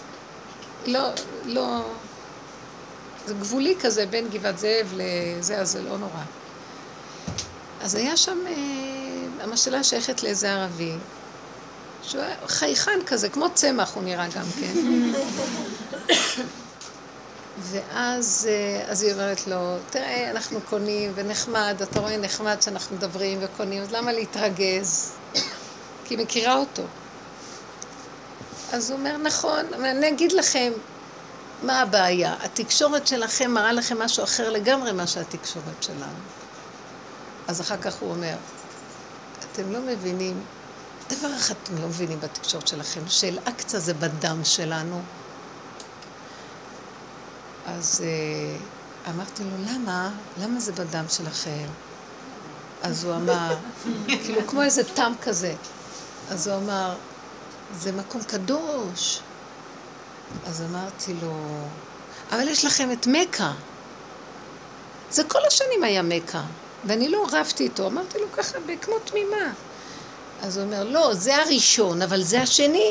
לא, זה גבולי כזה בין גבעת זאב לזה, אז זה לא נורא. אז היה שם, המשתלה שייכת לאיזה ערבי, שהוא היה חייכן כזה, כמו צמח הוא נראה גם כן. ואז היא אומרת לו, תראה, אנחנו קונים ונחמד, אתה רואה נחמד שאנחנו מדברים וקונים, אז למה להתרגז? כי היא מכירה אותו. אז הוא אומר, נכון, אבל אני אגיד לכם, מה הבעיה? התקשורת שלכם מראה לכם משהו אחר לגמרי מה שהתקשורת שלנו. אז אחר כך הוא אומר, אתם לא מבינים, דבר אחד אתם לא מבינים בתקשורת שלכם, שאל-אקצה זה בדם שלנו. אז אמרתי לו, למה זה בדם שלכם? אז הוא אמר, כאילו כמו איזה טעם כזה. אז הוא אמר, זה מקום קדוש. אז אמרתי לו, אבל יש לכם את מקה. זה כל השנים היה מקה, ואני לא רבתי איתו, אמרתי לו ככה כמו תמימה. אז הוא אומר, לא, זה הראשון, אבל זה השני.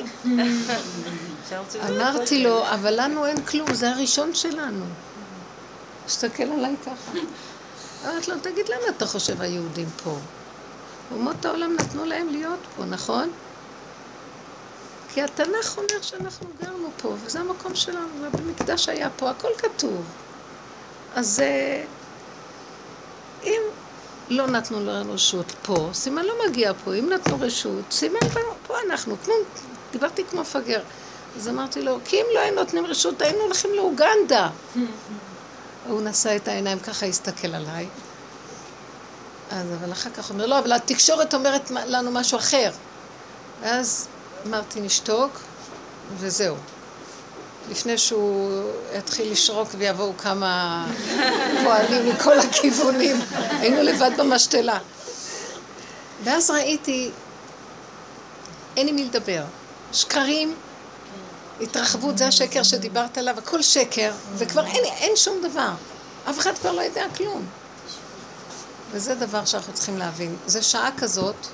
אמרתי לו, אבל לנו אין כלום, זה הראשון שלנו. הסתכל עליי ככה. אמרתי לו, תגיד, למה אתה חושב היהודים פה? אומות העולם נתנו להם להיות פה, נכון? כי התנ"ך אומר שאנחנו גרנו פה, וזה המקום שלנו, ובמקדש היה פה, הכל כתוב. אז אם לא נתנו לנו רשות פה, סימן לא מגיע פה, אם נתנו רשות, סימן פה אנחנו, דיברתי כמו פגר. אז אמרתי לו, כי אם לא היינו נותנים רשות, היינו הולכים לאוגנדה. הוא נשא את העיניים, ככה הסתכל עליי. אבל אחר כך אומר, לא, אבל התקשורת אומרת לנו משהו אחר. ואז אמרתי, נשתוק, וזהו. לפני שהוא יתחיל לשרוק ויבואו כמה פועלים מכל הכיוונים, היינו לבד במשתלה. ואז ראיתי, אין לי מי לדבר. שקרים, התרחבות, זה השקר שדיברת עליו, הכל שקר, וכבר אין שום דבר. אף אחד כבר לא יודע כלום. וזה דבר שאנחנו צריכים להבין. זה שעה כזאת,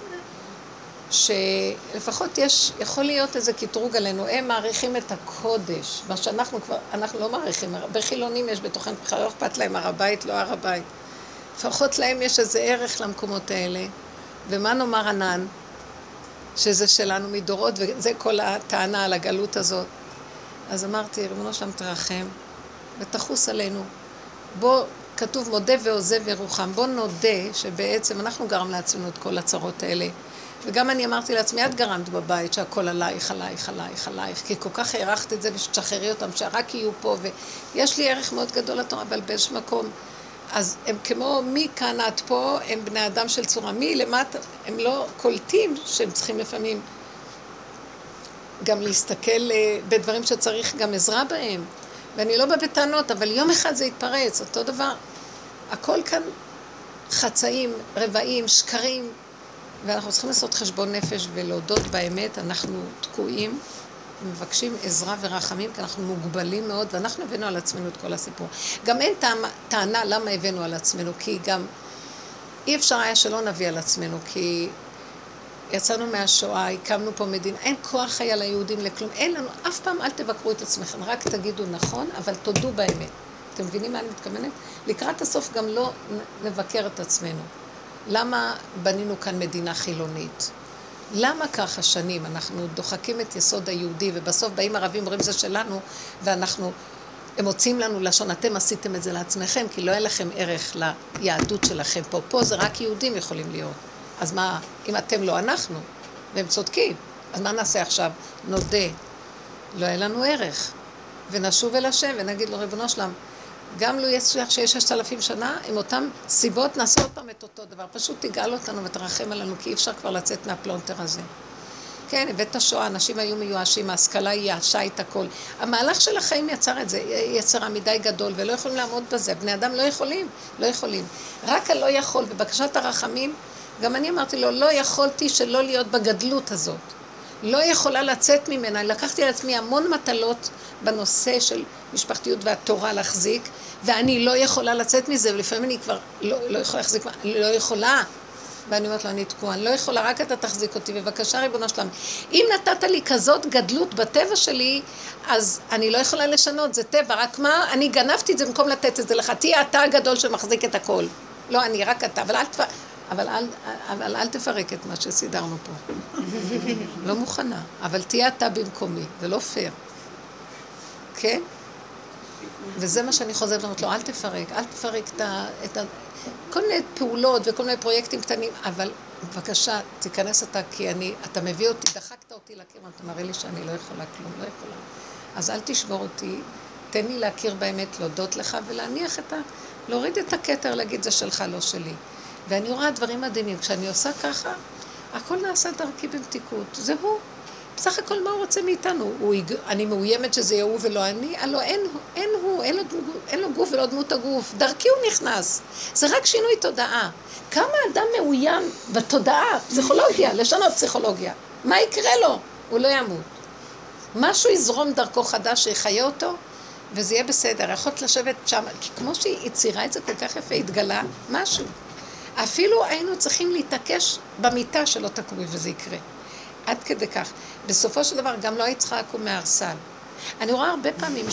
שלפחות יכול להיות איזה קטרוג עלינו, הם מעריכים את הקודש, מה שאנחנו כבר, אנחנו לא מעריכים, בחילונים יש בתוכן, לא אכפת להם הר הבית, לא הר הבית. לפחות להם יש איזה ערך למקומות האלה, ומה נאמר ענן, שזה שלנו מדורות, וזה כל הטענה על הגלות הזאת. אז אמרתי, ריבונו שלם תרחם, ותחוס עלינו. בוא, כתוב מודה ועוזב ירוחם, בוא נודה שבעצם אנחנו גרם לעצמנו את כל הצרות האלה. וגם אני אמרתי לעצמי, את גרמת בבית שהכל עלייך, עלייך, עלייך, עלייך, כי כל כך הערכת את זה ושתשחררי אותם, שרק יהיו פה, ויש לי ערך מאוד גדול לתורה, אבל באיזשהו מקום, אז הם כמו מכאן עד פה, הם בני אדם של צורה, למטה, הם לא קולטים שהם צריכים לפעמים גם להסתכל בדברים שצריך גם עזרה בהם, ואני לא בא בטענות, אבל יום אחד זה יתפרץ, אותו דבר, הכל כאן חצאים, רבעים, שקרים, ואנחנו צריכים לעשות חשבון נפש ולהודות באמת, אנחנו תקועים, מבקשים עזרה ורחמים, כי אנחנו מוגבלים מאוד, ואנחנו הבאנו על עצמנו את כל הסיפור. גם אין טענה למה הבאנו על עצמנו, כי גם אי אפשר היה שלא נביא על עצמנו, כי יצאנו מהשואה, הקמנו פה מדינה, אין כוח היה ליהודים לכלום, אין לנו, אף פעם אל תבקרו את עצמכם, רק תגידו נכון, אבל תודו באמת. אתם מבינים מה אני מתכוונת? לקראת הסוף גם לא נבקר את עצמנו. למה בנינו כאן מדינה חילונית? למה ככה שנים אנחנו דוחקים את יסוד היהודי, ובסוף באים ערבים אומרים זה שלנו, ואנחנו, הם מוצאים לנו לשון, אתם עשיתם את זה לעצמכם, כי לא היה לכם ערך ליהדות שלכם פה. פה זה רק יהודים יכולים להיות. אז מה, אם אתם לא אנחנו, והם צודקים, אז מה נעשה עכשיו? נודה, לא היה לנו ערך, ונשוב אל השם ונגיד לו ריבונו שלם, גם לו יצויח שיש 6,000 שנה, עם אותם סיבות נעשה עוד פעם את אותו דבר. פשוט תגאל אותנו ותרחם עלינו, כי אי אפשר כבר לצאת מהפלונטר הזה. כן, הבאת השואה, אנשים היו מיואשים, ההשכלה היא יאשה את הכל. המהלך של החיים יצר את זה, יצר מדי גדול, ולא יכולים לעמוד בזה. בני אדם לא יכולים. רק הלא יכול, בבקשת הרחמים, גם אני אמרתי לו, לא יכולתי שלא להיות בגדלות הזאת. לא יכולה לצאת ממנה. לקחתי על עצמי המון מטלות בנושא של משפחתיות והתורה להחזיק, ואני לא יכולה לצאת מזה, ולפעמים אני כבר לא יכולה להחזיק, לא יכולה. ואני אומרת לו, אני תקועה, אני לא יכולה, רק אתה תחזיק אותי, בבקשה ריבונו שלם. אם נתת לי כזאת גדלות בטבע שלי, אז אני לא יכולה לשנות, זה טבע, רק מה, אני גנבתי את זה במקום לתת את זה לך, תהיה אתה הגדול שמחזיק את הכל. לא, אני רק אתה, אבל אל תפרק את מה שסידרנו פה. לא מוכנה, אבל תהיה אתה במקומי, זה לא פייר. כן? וזה מה שאני חוזרת ואומרת לו, אל תפרק את כל מיני פעולות וכל מיני פרויקטים קטנים, אבל בבקשה, תיכנס אתה, כי אתה מביא אותי, דחקת אותי להכיר, אתה מראה לי שאני לא יכולה כלום, לא יכולה. אז אל תשבור אותי, תן לי להכיר באמת, להודות לך ולהניח להוריד את הכתר, להגיד זה שלך, לא שלי. ואני רואה דברים מדהימים, כשאני עושה ככה, הכל נעשה דרכי במתיקות, זה הוא. בסך הכל מה הוא רוצה מאיתנו? אני מאוימת שזה יהיה הוא ולא אני? הלוא אין לו גוף ולא דמות הגוף. דרכי הוא נכנס. זה רק שינוי תודעה. כמה אדם מאוים בתודעה, פסיכולוגיה, לשנות פסיכולוגיה. מה יקרה לו? הוא לא ימות. משהו יזרום דרכו חדש שיחיה אותו, וזה יהיה בסדר. יכולת לשבת שם, כי כמו שהיא יצירה את זה כל כך יפה, התגלה משהו. אפילו היינו צריכים להתעקש במיטה שלא תקומי וזה יקרה. עד כדי כך. בסופו של דבר גם לא יצחק הוא מהרסל. אני רואה הרבה פעמים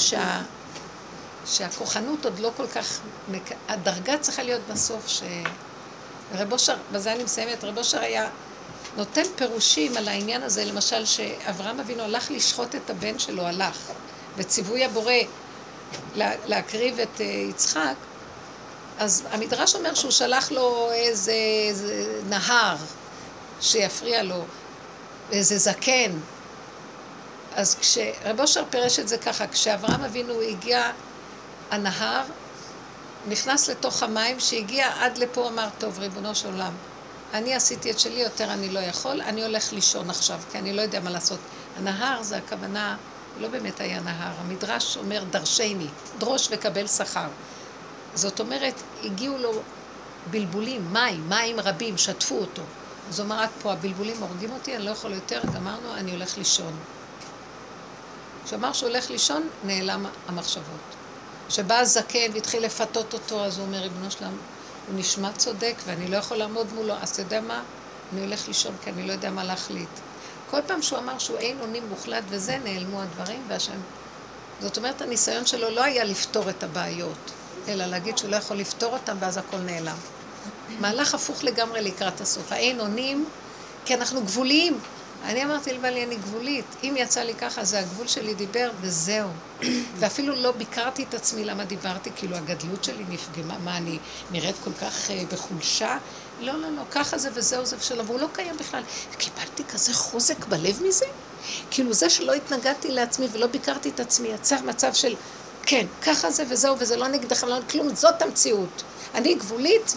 שהכוחנות עוד לא כל כך... הדרגה צריכה להיות בסוף רב אושר, בזה אני מסיימת, רב אושר היה נותן פירושים על העניין הזה, למשל שאברהם אבינו הלך לשחוט את הבן שלו, הלך, בציווי הבורא להקריב את יצחק, אז המדרש אומר שהוא שלח לו איזה נהר שיפריע לו, איזה זקן. אז כשרב אושר פירש את זה ככה, כשאברהם אבינו הגיע הנהר, נכנס לתוך המים, שהגיע עד לפה, אמר, טוב, ריבונו של עולם, אני עשיתי את שלי, יותר אני לא יכול, אני הולך לישון עכשיו, כי אני לא יודע מה לעשות. הנהר זה הכוונה, לא באמת היה נהר, המדרש אומר דרשני, דרוש וקבל שכר. זאת אומרת, הגיעו לו בלבולים, מים רבים, שטפו אותו. אז הוא אמר, עד פה הבלבולים הורגים אותי, אני לא יכול יותר, גמרנו, אני הולך לישון. כשאמר שהוא הולך לישון, נעלם המחשבות. שבא הזקן והתחיל לפתות אותו, אז הוא אומר, ריבונו שלם, הוא נשמע צודק ואני לא יכול לעמוד מולו, אז אתה יודע מה? אני הולך לישון כי אני לא יודע מה להחליט. כל פעם שהוא אמר שהוא אין אונים מוחלט וזה, נעלמו הדברים והשם. זאת אומרת, הניסיון שלו לא היה לפתור את הבעיות, אלא להגיד שהוא לא יכול לפתור אותם ואז הכל נעלם. מהלך הפוך לגמרי לקראת הסוף. האין אונים, כי אנחנו גבוליים. אני אמרתי לבעלי, אני גבולית. אם יצא לי ככה, זה הגבול שלי דיבר, וזהו. ואפילו לא ביקרתי את עצמי למה דיברתי, כאילו הגדלות שלי נפגמה, מה אני נראית כל כך בחולשה? לא, ככה זה וזהו זה ושלום, והוא לא קיים בכלל. וקיבלתי כזה חוזק בלב מזה, כאילו זה שלא התנגדתי לעצמי ולא ביקרתי את עצמי, יצר מצב של, כן, ככה זה וזהו, וזה לא נגדכם, לא כלום, זאת המציאות. אני גבולית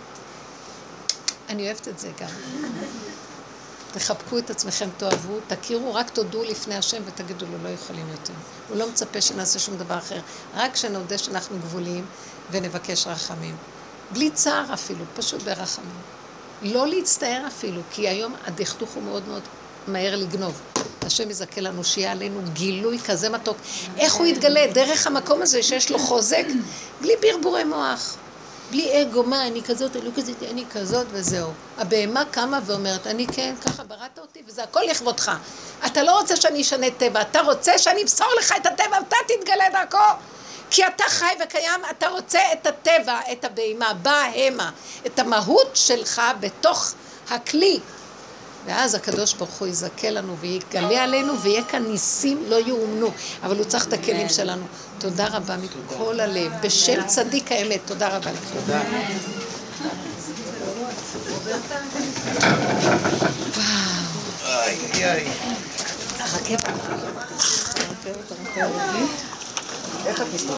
ואני אוהבת את זה גם. תחבקו את עצמכם, תאהבו, תכירו, רק תודו לפני השם ותגידו לו, לא יכולים יותר. הוא לא מצפה שנעשה שום דבר אחר, רק שנודה שאנחנו גבוליים ונבקש רחמים. בלי צער אפילו, פשוט ברחמים. לא להצטער אפילו, כי היום הדכדוך הוא מאוד מאוד מהר לגנוב. השם יזכה לנו שיהיה עלינו גילוי כזה מתוק. איך הוא יתגלה? דרך המקום הזה שיש לו חוזק, בלי ברבורי מוח. בלי אגו, מה, אני כזאת, אני כזאת, וזהו. הבהמה קמה ואומרת, אני כן, ככה בראת אותי, וזה הכל לכבודך. אתה לא רוצה שאני אשנה טבע, אתה רוצה שאני אמסור לך את הטבע, ואתה תתגלה דרכו. כי אתה חי וקיים, אתה רוצה את הטבע, את הבהמה, בהמה, את המהות שלך בתוך הכלי. ואז הקדוש ברוך הוא יזכה לנו ויגלה עלינו, ויהיה כאן ניסים לא יאומנו. אבל הוא צריך את הכלים שלנו. תודה רבה מכל הלב, בשם צדיק האמת, תודה רבה לכם. תודה. וואו. איי. הרכבת. איך את מסתובבת?